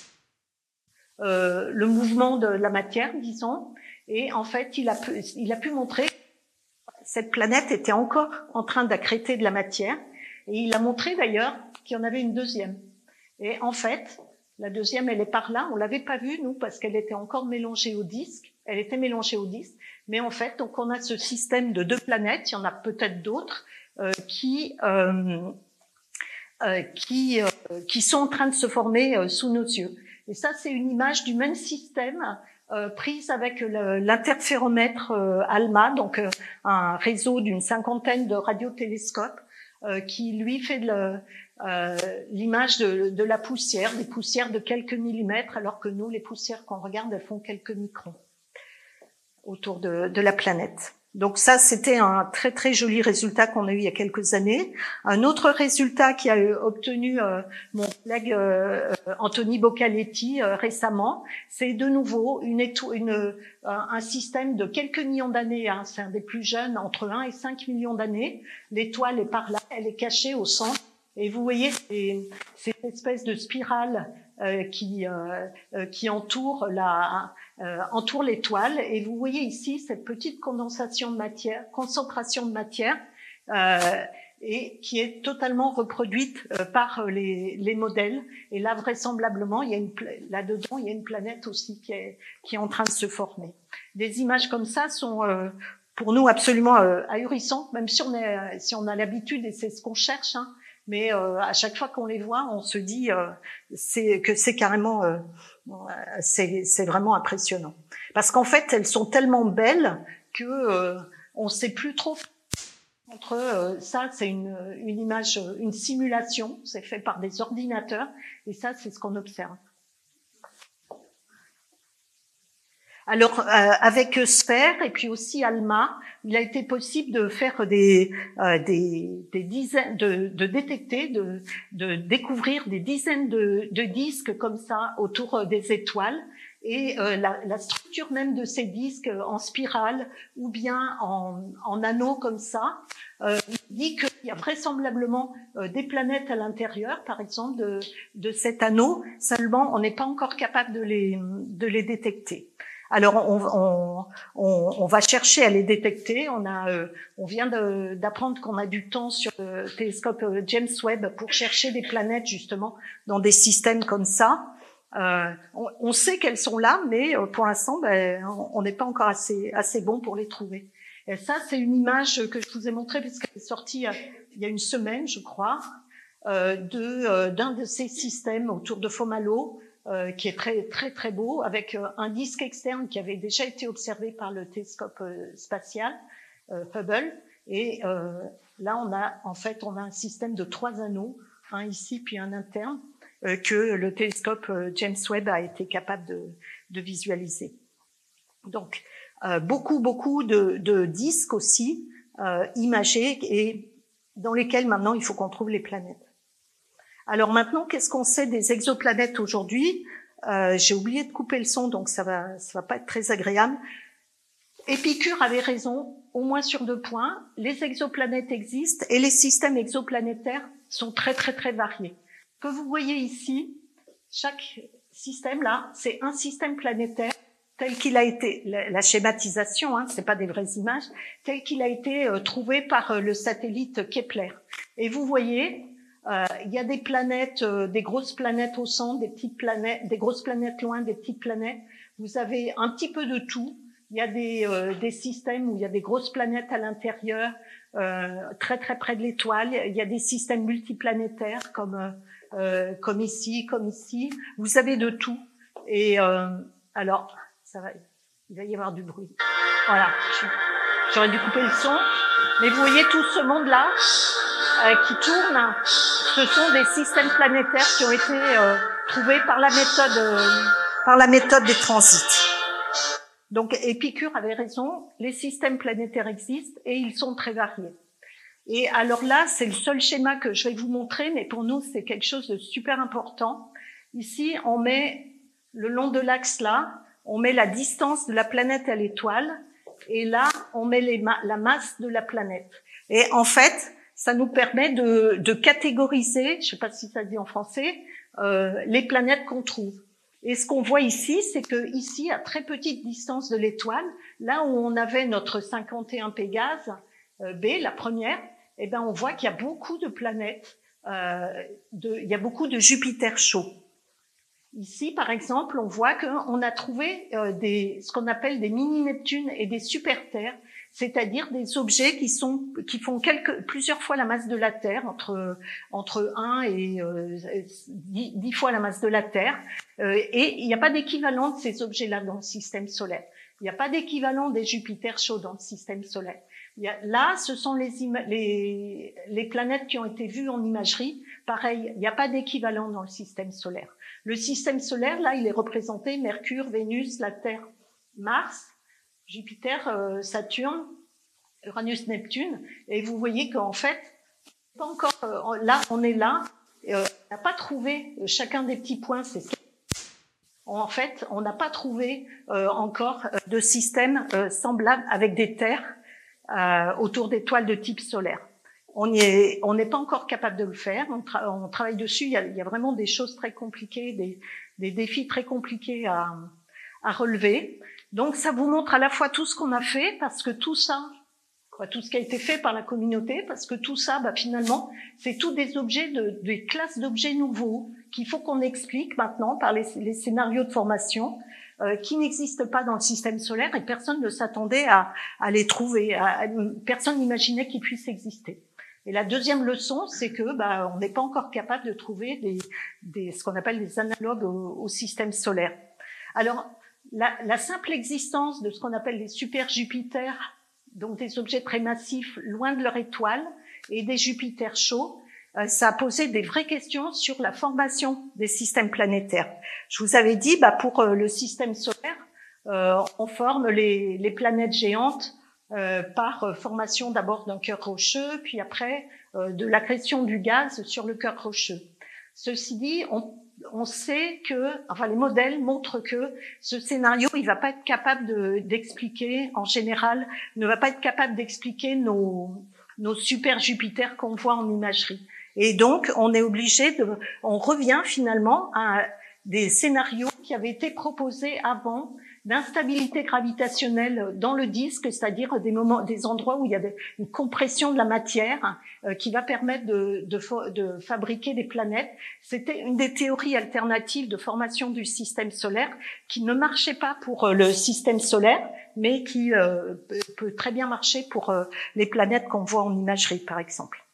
Euh, le mouvement de la matière, disons, et en fait, il a pu, il a pu montrer que cette planète était encore en train d'accréter de la matière, et il a montré d'ailleurs qu'il y en avait une deuxième. Et en fait, la deuxième, elle est par là, on l'avait pas vue, nous, parce qu'elle était encore mélangée au disque, elle était mélangée au disque, mais en fait, donc on a ce système de deux planètes, il y en a peut-être d'autres, euh, qui... Euh, euh, qui, euh, qui sont en train de se former euh, sous nos yeux. Et ça, c'est une image du même système euh, prise avec le, l'interféromètre euh, ALMA, donc euh, un réseau d'une cinquantaine de radiotélescopes euh, qui lui fait de le, euh, l'image de, de la poussière, des poussières de quelques millimètres, alors que nous, les poussières qu'on regarde, elles font quelques microns autour de, de la planète. Donc ça, c'était un très très joli résultat qu'on a eu il y a quelques années. Un autre résultat qui a obtenu euh, mon collègue euh, Anthony Boccaletti euh, récemment, c'est de nouveau une, éto- une euh, un système de quelques millions d'années. Hein, c'est un des plus jeunes, entre un et cinq millions d'années. L'étoile est par là, elle est cachée au centre. Et vous voyez c'est, cette espèce de spirale euh, qui euh, euh, qui entoure la euh, entoure l'étoile, et vous voyez ici cette petite condensation de matière, concentration de matière, euh, et qui est totalement reproduite euh, par les, les modèles. Et là, vraisemblablement, il y a une là-dedans, il y a une planète aussi qui est, qui est en train de se former. Des images comme ça sont euh, pour nous absolument euh, ahurissantes, même si on est, si on a l'habitude et c'est ce qu'on cherche. Hein, mais euh, à chaque fois qu'on les voit, on se dit euh, c'est, que c'est carrément, euh, c'est, c'est vraiment impressionnant. Parce qu'en fait, elles sont tellement belles que euh, on sait plus trop. Entre euh, ça, c'est une, une image, une simulation, c'est fait par des ordinateurs, et ça, c'est ce qu'on observe. Alors, euh, avec Sphère et puis aussi ALMA, il a été possible de faire des, euh, des, des dizaines, de, de détecter, de, de découvrir des dizaines de, de disques comme ça autour des étoiles. Et euh, la, la structure même de ces disques en spirale ou bien en, en anneaux comme ça euh, dit qu'il y a vraisemblablement euh, des planètes à l'intérieur, par exemple, de, de cet anneau. Seulement, on n'est pas encore capable de les, de les détecter. Alors, on, on, on, on va chercher à les détecter. On a, euh, on vient de, d'apprendre qu'on a du temps sur le télescope James Webb pour chercher des planètes justement dans des systèmes comme ça. Euh, on, on sait qu'elles sont là, mais euh, pour l'instant, ben, on n'est pas encore assez, assez bon pour les trouver. Et ça, c'est une image que je vous ai montrée puisqu'elle est sortie euh, il y a une semaine, je crois, euh, de euh, d'un de ces systèmes autour de Fomalhaut, euh, qui est très très très beau, avec euh, un disque externe qui avait déjà été observé par le télescope euh, spatial euh, Hubble. Et euh, là, on a en fait, on a un système de trois anneaux, un ici puis un interne, que le télescope James Webb a été capable de, de visualiser. Donc, euh, beaucoup, beaucoup de, de disques aussi euh, imagés et dans lesquels maintenant il faut qu'on trouve les planètes. Alors maintenant, qu'est-ce qu'on sait des exoplanètes aujourd'hui? euh, J'ai oublié de couper le son, donc ça va, ça va pas être très agréable. Épicure avait raison, au moins sur deux points. Les exoplanètes existent et les systèmes exoplanétaires sont très, très, très variés. Que vous voyez ici, chaque système là, c'est un système planétaire tel qu'il a été, la, la schématisation, hein, c'est pas des vraies images, tel qu'il a été euh, trouvé par euh, le satellite Kepler. Et vous voyez, euh, il y a des planètes, euh, des grosses planètes au centre, des petites planètes, des grosses planètes loin, des petites planètes. Vous avez un petit peu de tout. Il y a des, euh, des systèmes où il y a des grosses planètes à l'intérieur, euh, très très près de l'étoile. Il y a des systèmes multiplanétaires comme euh, Euh, comme ici, comme ici. Vous avez de tout. Et euh, alors, ça va, il va y avoir du bruit. Voilà, j'aurais dû couper le son. Mais vous voyez tout ce monde-là euh, qui tourne. Ce sont des systèmes planétaires qui ont été euh, trouvés par la méthode, euh, par la méthode des transits. Donc, Épicure avait raison. Les systèmes planétaires existent et ils sont très variés. Et alors là, c'est le seul schéma que je vais vous montrer, mais pour nous, c'est quelque chose de super important. Ici, on met, le long de l'axe là, on met la distance de la planète à l'étoile, et là, on met les ma- la masse de la planète. Et en fait, ça nous permet de, de catégoriser, je sais pas si ça se dit en français, euh, les planètes qu'on trouve. Et ce qu'on voit ici, c'est que ici, à très petite distance de l'étoile, là où on avait notre cinquante et un Pégase, euh, B, la première, eh ben on voit qu'il y a beaucoup de planètes, euh, de, il y a beaucoup de Jupiter chauds. Ici, par exemple, on voit qu'on a trouvé euh, des, ce qu'on appelle des mini-Neptunes et des super-Terres, c'est-à-dire des objets qui sont, qui font quelques, plusieurs fois la masse de la Terre, entre entre un et euh, dix, dix fois la masse de la Terre, euh, et il n'y a pas d'équivalent de ces objets-là dans le système solaire. Il n'y a pas d'équivalent des Jupiter chauds dans le système solaire. Il y a, là, ce sont les, les, les planètes qui ont été vues en imagerie. Pareil, il n'y a pas d'équivalent dans le système solaire. Le système solaire, là, il est représenté Mercure, Vénus, la Terre, Mars, Jupiter, euh, Saturne, Uranus, Neptune. Et vous voyez qu'en fait, pas encore, euh, là, on est là, euh, on n'a pas trouvé euh, chacun des petits points. C'est en fait, on n'a pas trouvé euh, encore euh, de système euh, semblable avec des terres Euh, autour d'étoiles de type solaire. On y est, on n'est pas encore capable de le faire. On, tra- on travaille dessus. Il y, a, il y a vraiment des choses très compliquées, des, des défis très compliqués à, à relever. Donc, ça vous montre à la fois tout ce qu'on a fait, parce que tout ça, quoi, tout ce qui a été fait par la communauté, parce que tout ça, bah, finalement, c'est tous des objets, de, des classes d'objets nouveaux qu'il faut qu'on explique maintenant par les, les scénarios de formation euh, qui n'existent pas dans le système solaire et personne ne s'attendait à, à les trouver, à, à, personne n'imaginait qu'ils puissent exister. Et la deuxième leçon, c'est que bah, on n'est pas encore capable de trouver des, des, ce qu'on appelle des analogues au, au système solaire. Alors, la, la simple existence de ce qu'on appelle les super Jupiters, donc des objets très massifs loin de leur étoile, et des Jupiters chauds, euh, ça a posé des vraies questions sur la formation des systèmes planétaires. Je vous avais dit, bah, pour euh, le système solaire, euh, on forme les, les planètes géantes euh, par euh, formation d'abord d'un cœur rocheux, puis après euh, de l'accrétion du gaz sur le cœur rocheux. Ceci dit, on on sait que, enfin, les modèles montrent que ce scénario, il va pas être capable de, d'expliquer, en général, ne va pas être capable d'expliquer nos, nos super Jupiters qu'on voit en imagerie. Et donc, on est obligé de, on revient finalement à des scénarios qui avaient été proposés avant d'instabilité gravitationnelle dans le disque, c'est-à-dire des moments, des endroits où il y a des, une compression de la matière euh, qui va permettre de, de, de fabriquer des planètes. C'était une des théories alternatives de formation du système solaire qui ne marchait pas pour euh, le système solaire, mais qui euh, peut, peut très bien marcher pour euh, les planètes qu'on voit en imagerie, par exemple.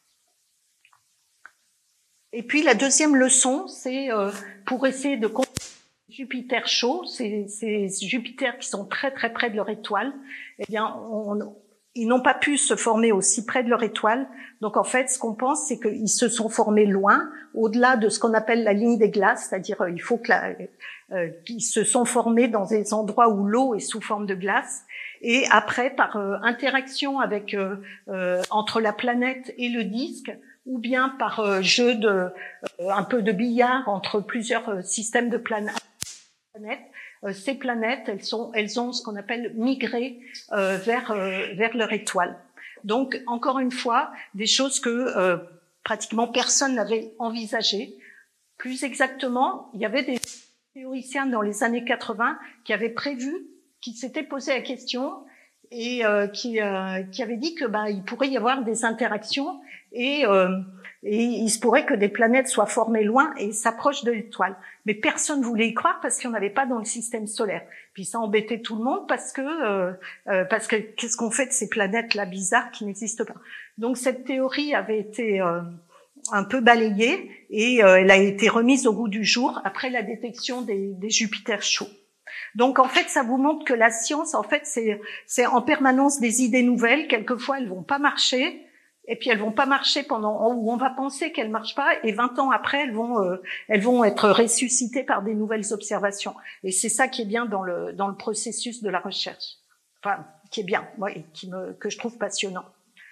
Et puis la deuxième leçon, c'est euh, pour essayer de comprendre Jupiter chaud, ces, ces Jupiters qui sont très très près de leur étoile, eh bien, on, ils n'ont pas pu se former aussi près de leur étoile. Donc en fait, ce qu'on pense, c'est qu'ils se sont formés loin, au-delà de ce qu'on appelle la ligne des glaces, c'est-à-dire il faut que la, euh, qu'ils se sont formés dans des endroits où l'eau est sous forme de glace. Et après, par euh, interaction avec euh, euh, entre la planète et le disque, ou bien par euh, jeu de euh, un peu de billard entre plusieurs euh, systèmes de planètes. Planètes, euh, ces planètes, elles sont, elles ont ce qu'on appelle migré euh, vers euh, vers leur étoile. Donc encore une fois, des choses que euh, pratiquement personne n'avait envisagées. Plus exactement, il y avait des théoriciens dans les années quatre-vingts qui avaient prévu, qui s'étaient posé la question et euh, qui euh, qui avaient dit que bah il pourrait y avoir des interactions et euh, Et il se pourrait que des planètes soient formées loin et s'approchent de l'étoile. Mais personne ne voulait y croire parce qu'il n'y en avait pas dans le système solaire. Puis ça embêtait tout le monde parce que euh, euh, parce que qu'est-ce qu'on fait de ces planètes-là bizarres qui n'existent pas. Donc cette théorie avait été euh, un peu balayée et euh, elle a été remise au goût du jour après la détection des, des Jupiters chauds. Donc en fait, ça vous montre que la science, en fait, c'est c'est en permanence des idées nouvelles. Quelquefois, elles vont pas marcher. Et puis elles vont pas marcher pendant, où on va penser qu'elles marchent pas, et vingt ans après, elles vont, euh, elles vont être ressuscitées par des nouvelles observations. Et c'est ça qui est bien dans le dans le processus de la recherche. Enfin, qui est bien, moi, et qui me que je trouve passionnant.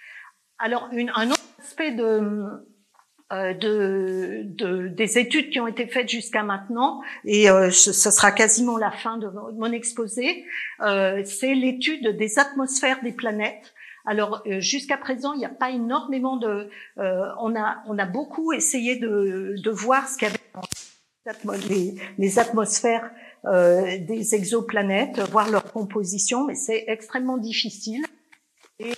Alors, une, un autre aspect de euh, de, de des études qui ont été faites jusqu'à maintenant, et euh, ce, ce sera quasiment la fin de mon exposé, euh, c'est l'étude des atmosphères des planètes. Alors euh, jusqu'à présent, il n'y a pas énormément de. Euh, on a on a beaucoup essayé de de voir ce qu'il y avait dans les, les atmosphères euh, des exoplanètes, voir leur composition, mais c'est extrêmement difficile. Et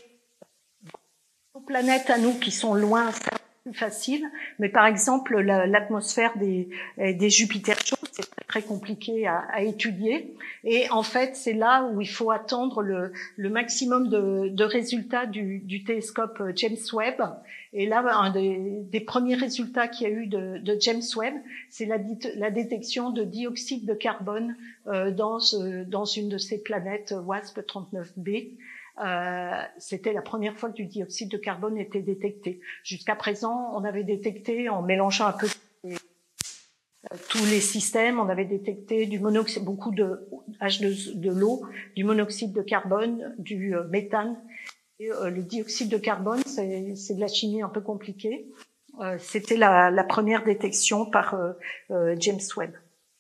les planètes à nous qui sont loin, c'est plus facile. Mais par exemple, la, l'atmosphère des des Jupiters chauds, c'est très, très compliqué à, à étudier. Et en fait, c'est là où il faut attendre le, le maximum de, de résultats du, du télescope James Webb. Et là, un des, des premiers résultats qu'il y a eu de, de James Webb, c'est la, la détection de dioxyde de carbone euh, dans, ce, dans une de ces planètes WASP trente-neuf b. Euh, c'était la première fois que du dioxyde de carbone était détecté. Jusqu'à présent, on avait détecté, en mélangeant un peu les, euh, tous les systèmes, on avait détecté du monoxyde, beaucoup de H deux, de l'eau, du monoxyde de carbone, du euh, méthane. Et, euh, le dioxyde de carbone, c'est, c'est de la chimie un peu compliquée. Euh, c'était la, la première détection par euh, euh, James Webb.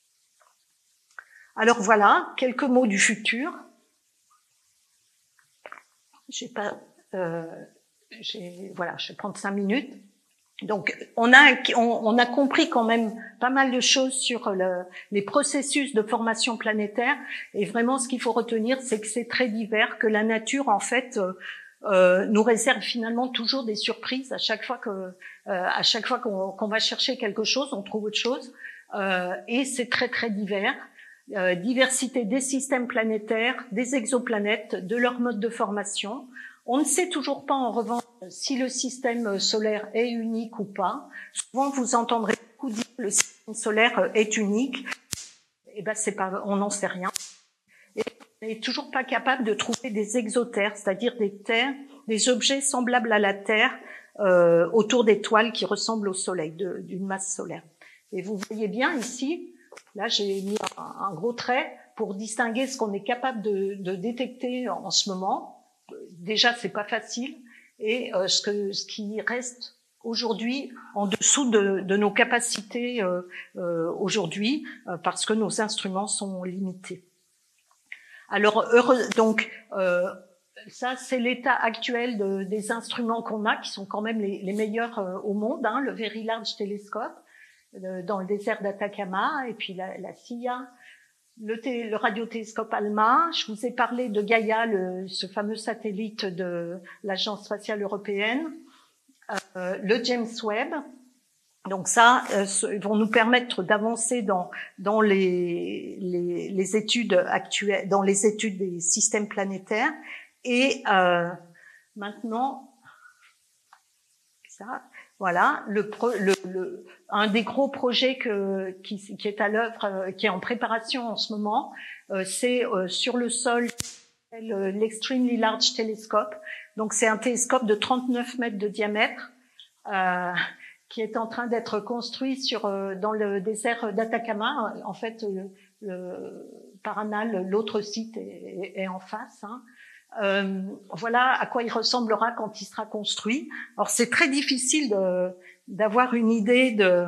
Alors voilà, quelques mots du futur. J'ai pas, euh, j'ai, voilà, je vais prendre cinq minutes. Donc, on a, on, on a compris quand même pas mal de choses sur le, les processus de formation planétaire. Et vraiment, ce qu'il faut retenir, c'est que c'est très divers, que la nature, en fait, euh, nous réserve finalement toujours des surprises à chaque fois que, euh, à chaque fois qu'on, qu'on va chercher quelque chose, on trouve autre chose. Euh, et c'est très très divers. Euh, diversité des systèmes planétaires, des exoplanètes, de leur mode de formation. On ne sait toujours pas en revanche si le système solaire est unique ou pas. Souvent vous entendrez beaucoup dire que le système solaire est unique. Eh ben c'est pas, on n'en sait rien. Et on n'est toujours pas capable de trouver des exotères, c'est-à-dire des terres, des objets semblables à la Terre euh, autour d'étoiles qui ressemblent au Soleil, de, d'une masse solaire. Et vous voyez bien ici, là j'ai mis un, un gros trait pour distinguer ce qu'on est capable de, de détecter en, en ce moment. Déjà c'est pas facile, et euh, ce, que, ce qui reste aujourd'hui en dessous de, de nos capacités euh, euh, aujourd'hui, euh, parce que nos instruments sont limités. Alors, heureux, donc, euh, ça, c'est l'état actuel de, des instruments qu'on a, qui sont quand même les, les meilleurs euh, au monde, hein, le Very Large Telescope, euh, dans le désert d'Atacama, et puis la, la S I A, le, té, le radiotélescope ALMA. Je vous ai parlé de Gaia, le, ce fameux satellite de l'Agence spatiale européenne, euh, le James Webb. Donc ça, euh, vont nous permettre d'avancer dans dans les, les les études actuelles, dans les études des systèmes planétaires. Et euh, maintenant, ça, voilà, le, le, le un des gros projets que qui, qui est à l'œuvre, qui est en préparation en ce moment, euh, c'est euh, sur le sol l'Extremely Large Telescope. Donc c'est un télescope de trente-neuf mètres de diamètre. Euh, qui est en train d'être construit sur euh, dans le désert d'Atacama. En fait, le, le Paranal, l'autre site, est, est en face. Hein. Euh, voilà à quoi il ressemblera quand il sera construit. Alors, c'est très difficile de, d'avoir une idée de,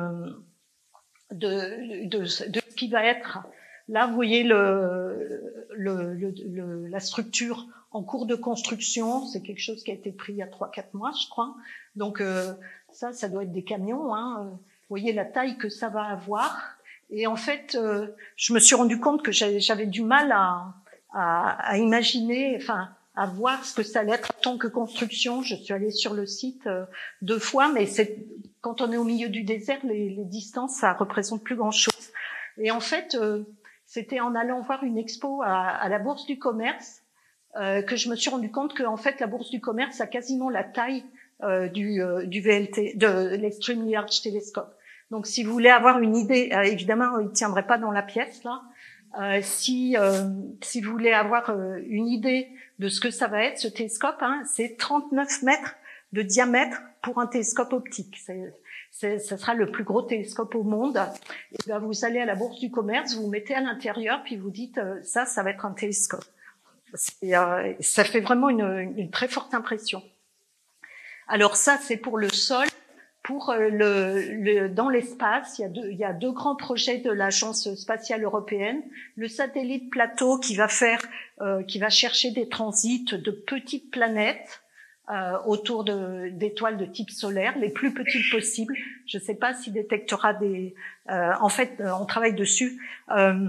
de, de, de ce qui va être. Là, vous voyez le, le, le, le, la structure en cours de construction. C'est quelque chose qui a été pris il y a trois, quatre mois, je crois. Donc, euh, ça, ça doit être des camions. Hein. Vous voyez la taille que ça va avoir. Et en fait, euh, je me suis rendu compte que j'avais du mal à, à, à imaginer, enfin, à voir ce que ça allait être en tant que construction. Je suis allée sur le site euh, deux fois, mais c'est quand on est au milieu du désert, les, les distances, ça représente plus grand-chose. Et en fait, euh, c'était en allant voir une expo à, à la Bourse du Commerce euh, que je me suis rendu compte que, en fait, la Bourse du Commerce a quasiment la taille Euh, du, euh, du V L T, de l'Extremely Large Telescope. Donc, si vous voulez avoir une idée, euh, évidemment, il ne tiendrait pas dans la pièce là. Euh, si euh, si vous voulez avoir euh, une idée de ce que ça va être, ce télescope, hein, c'est trente-neuf mètres de diamètre pour un télescope optique. C'est, c'est, ce sera le plus gros télescope au monde. Et bien, vous allez à la Bourse du Commerce, vous, vous mettez à l'intérieur, puis vous dites euh, ça, ça va être un télescope. C'est, euh, ça fait vraiment une, une très forte impression. Alors ça, c'est pour le sol. Pour le, le dans l'espace, il y a deux, il y a deux grands projets de l'Agence spatiale européenne. Le satellite Plateau qui va faire, euh, qui va chercher des transits de petites planètes euh, autour de, d'étoiles de type solaire, les plus petites possibles. Je ne sais pas s'il détectera des. Euh, en fait, on travaille dessus. Euh,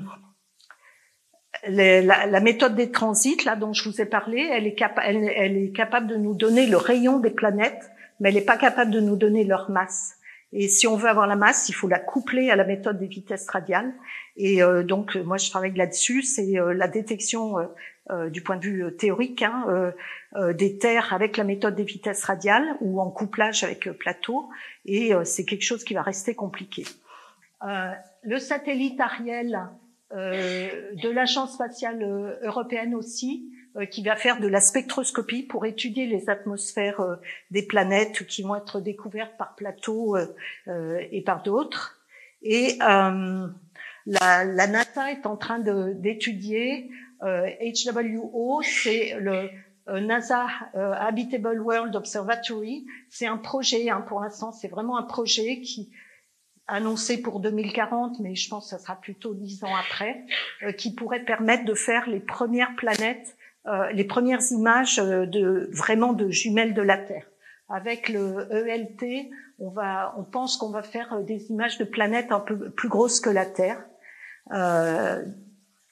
Les, la, la méthode des transits, là, dont je vous ai parlé, elle est, capa- elle, elle est capable de nous donner le rayon des planètes, mais elle n'est pas capable de nous donner leur masse. Et si on veut avoir la masse, il faut la coupler à la méthode des vitesses radiales. Et euh, donc, moi, je travaille là-dessus. C'est euh, la détection, euh, euh, du point de vue théorique, hein, euh, euh, des terres avec la méthode des vitesses radiales ou en couplage avec euh, Plateau. Et euh, c'est quelque chose qui va rester compliqué. Euh, le satellite Ariel Euh, de l'Agence spatiale euh, européenne aussi, euh, qui va faire de la spectroscopie pour étudier les atmosphères euh, des planètes qui vont être découvertes par Plateau euh, euh, et par d'autres. Et euh, la, la NASA est en train de, d'étudier euh, H W O, c'est le euh, NASA euh, Habitable World Observatory. C'est un projet, hein, pour l'instant, c'est vraiment un projet qui annoncé pour deux mille quarante, mais je pense que ça sera plutôt dix ans après, euh, qui pourrait permettre de faire les premières planètes, euh, les premières images euh, de vraiment de jumelles de la Terre. Avec le E L T, on va, on pense qu'on va faire des images de planètes un peu plus grosses que la Terre. Euh,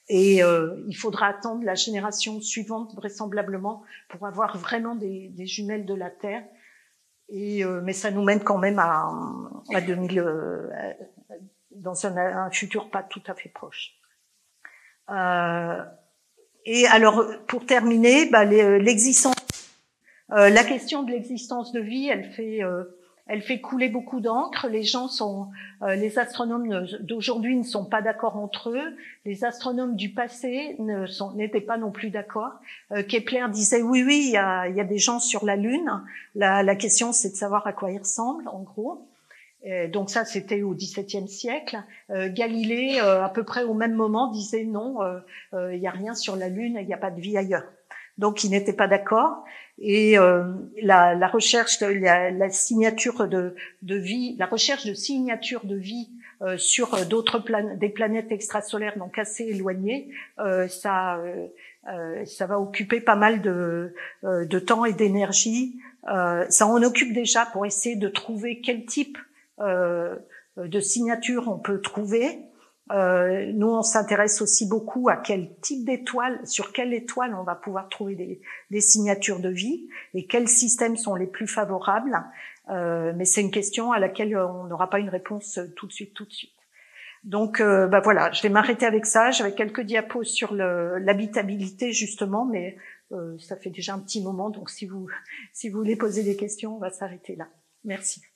Et euh, il faudra attendre la génération suivante, vraisemblablement, pour avoir vraiment des, des jumelles de la Terre. Et, euh, mais ça nous mène quand même à, à deux mille, euh, dans un, un futur pas tout à fait proche. Euh, et alors, pour terminer, bah, l'existence, euh, la question de l'existence de vie, elle fait, euh, elle fait couler beaucoup d'encre. Les gens sont, euh, les astronomes d'aujourd'hui ne sont pas d'accord entre eux. Les astronomes du passé ne sont, n'étaient pas non plus d'accord. Euh, Kepler disait oui, oui, il y a, il y a des gens sur la Lune. La, la question, c'est de savoir à quoi ils ressemblent, en gros. Et donc ça, c'était au dix-septième siècle. Euh, Galilée, euh, à peu près au même moment, disait non, euh, euh, il y a rien sur la Lune, il n'y a pas de vie ailleurs. Donc, ils n'étaient pas d'accord. Et euh, la, la recherche, la, la signature de, de vie, la recherche de signature de vie euh, sur d'autres planètes, des planètes extrasolaires, donc assez éloignées, euh, ça, euh, ça va occuper pas mal de, euh, de temps et d'énergie. Euh, ça en occupe déjà pour essayer de trouver quel type euh, de signature on peut trouver. Euh, nous, on s'intéresse aussi beaucoup à quel type d'étoile, sur quelle étoile on va pouvoir trouver des, des signatures de vie et quels systèmes sont les plus favorables. Euh, mais c'est une question à laquelle on n'aura pas une réponse tout de suite, tout de suite. Donc, euh, bah voilà, je vais m'arrêter avec ça. J'avais quelques diapos sur l'habitabilité justement, mais euh, ça fait déjà un petit moment. Donc, si vous si vous voulez poser des questions, on va s'arrêter là. Merci.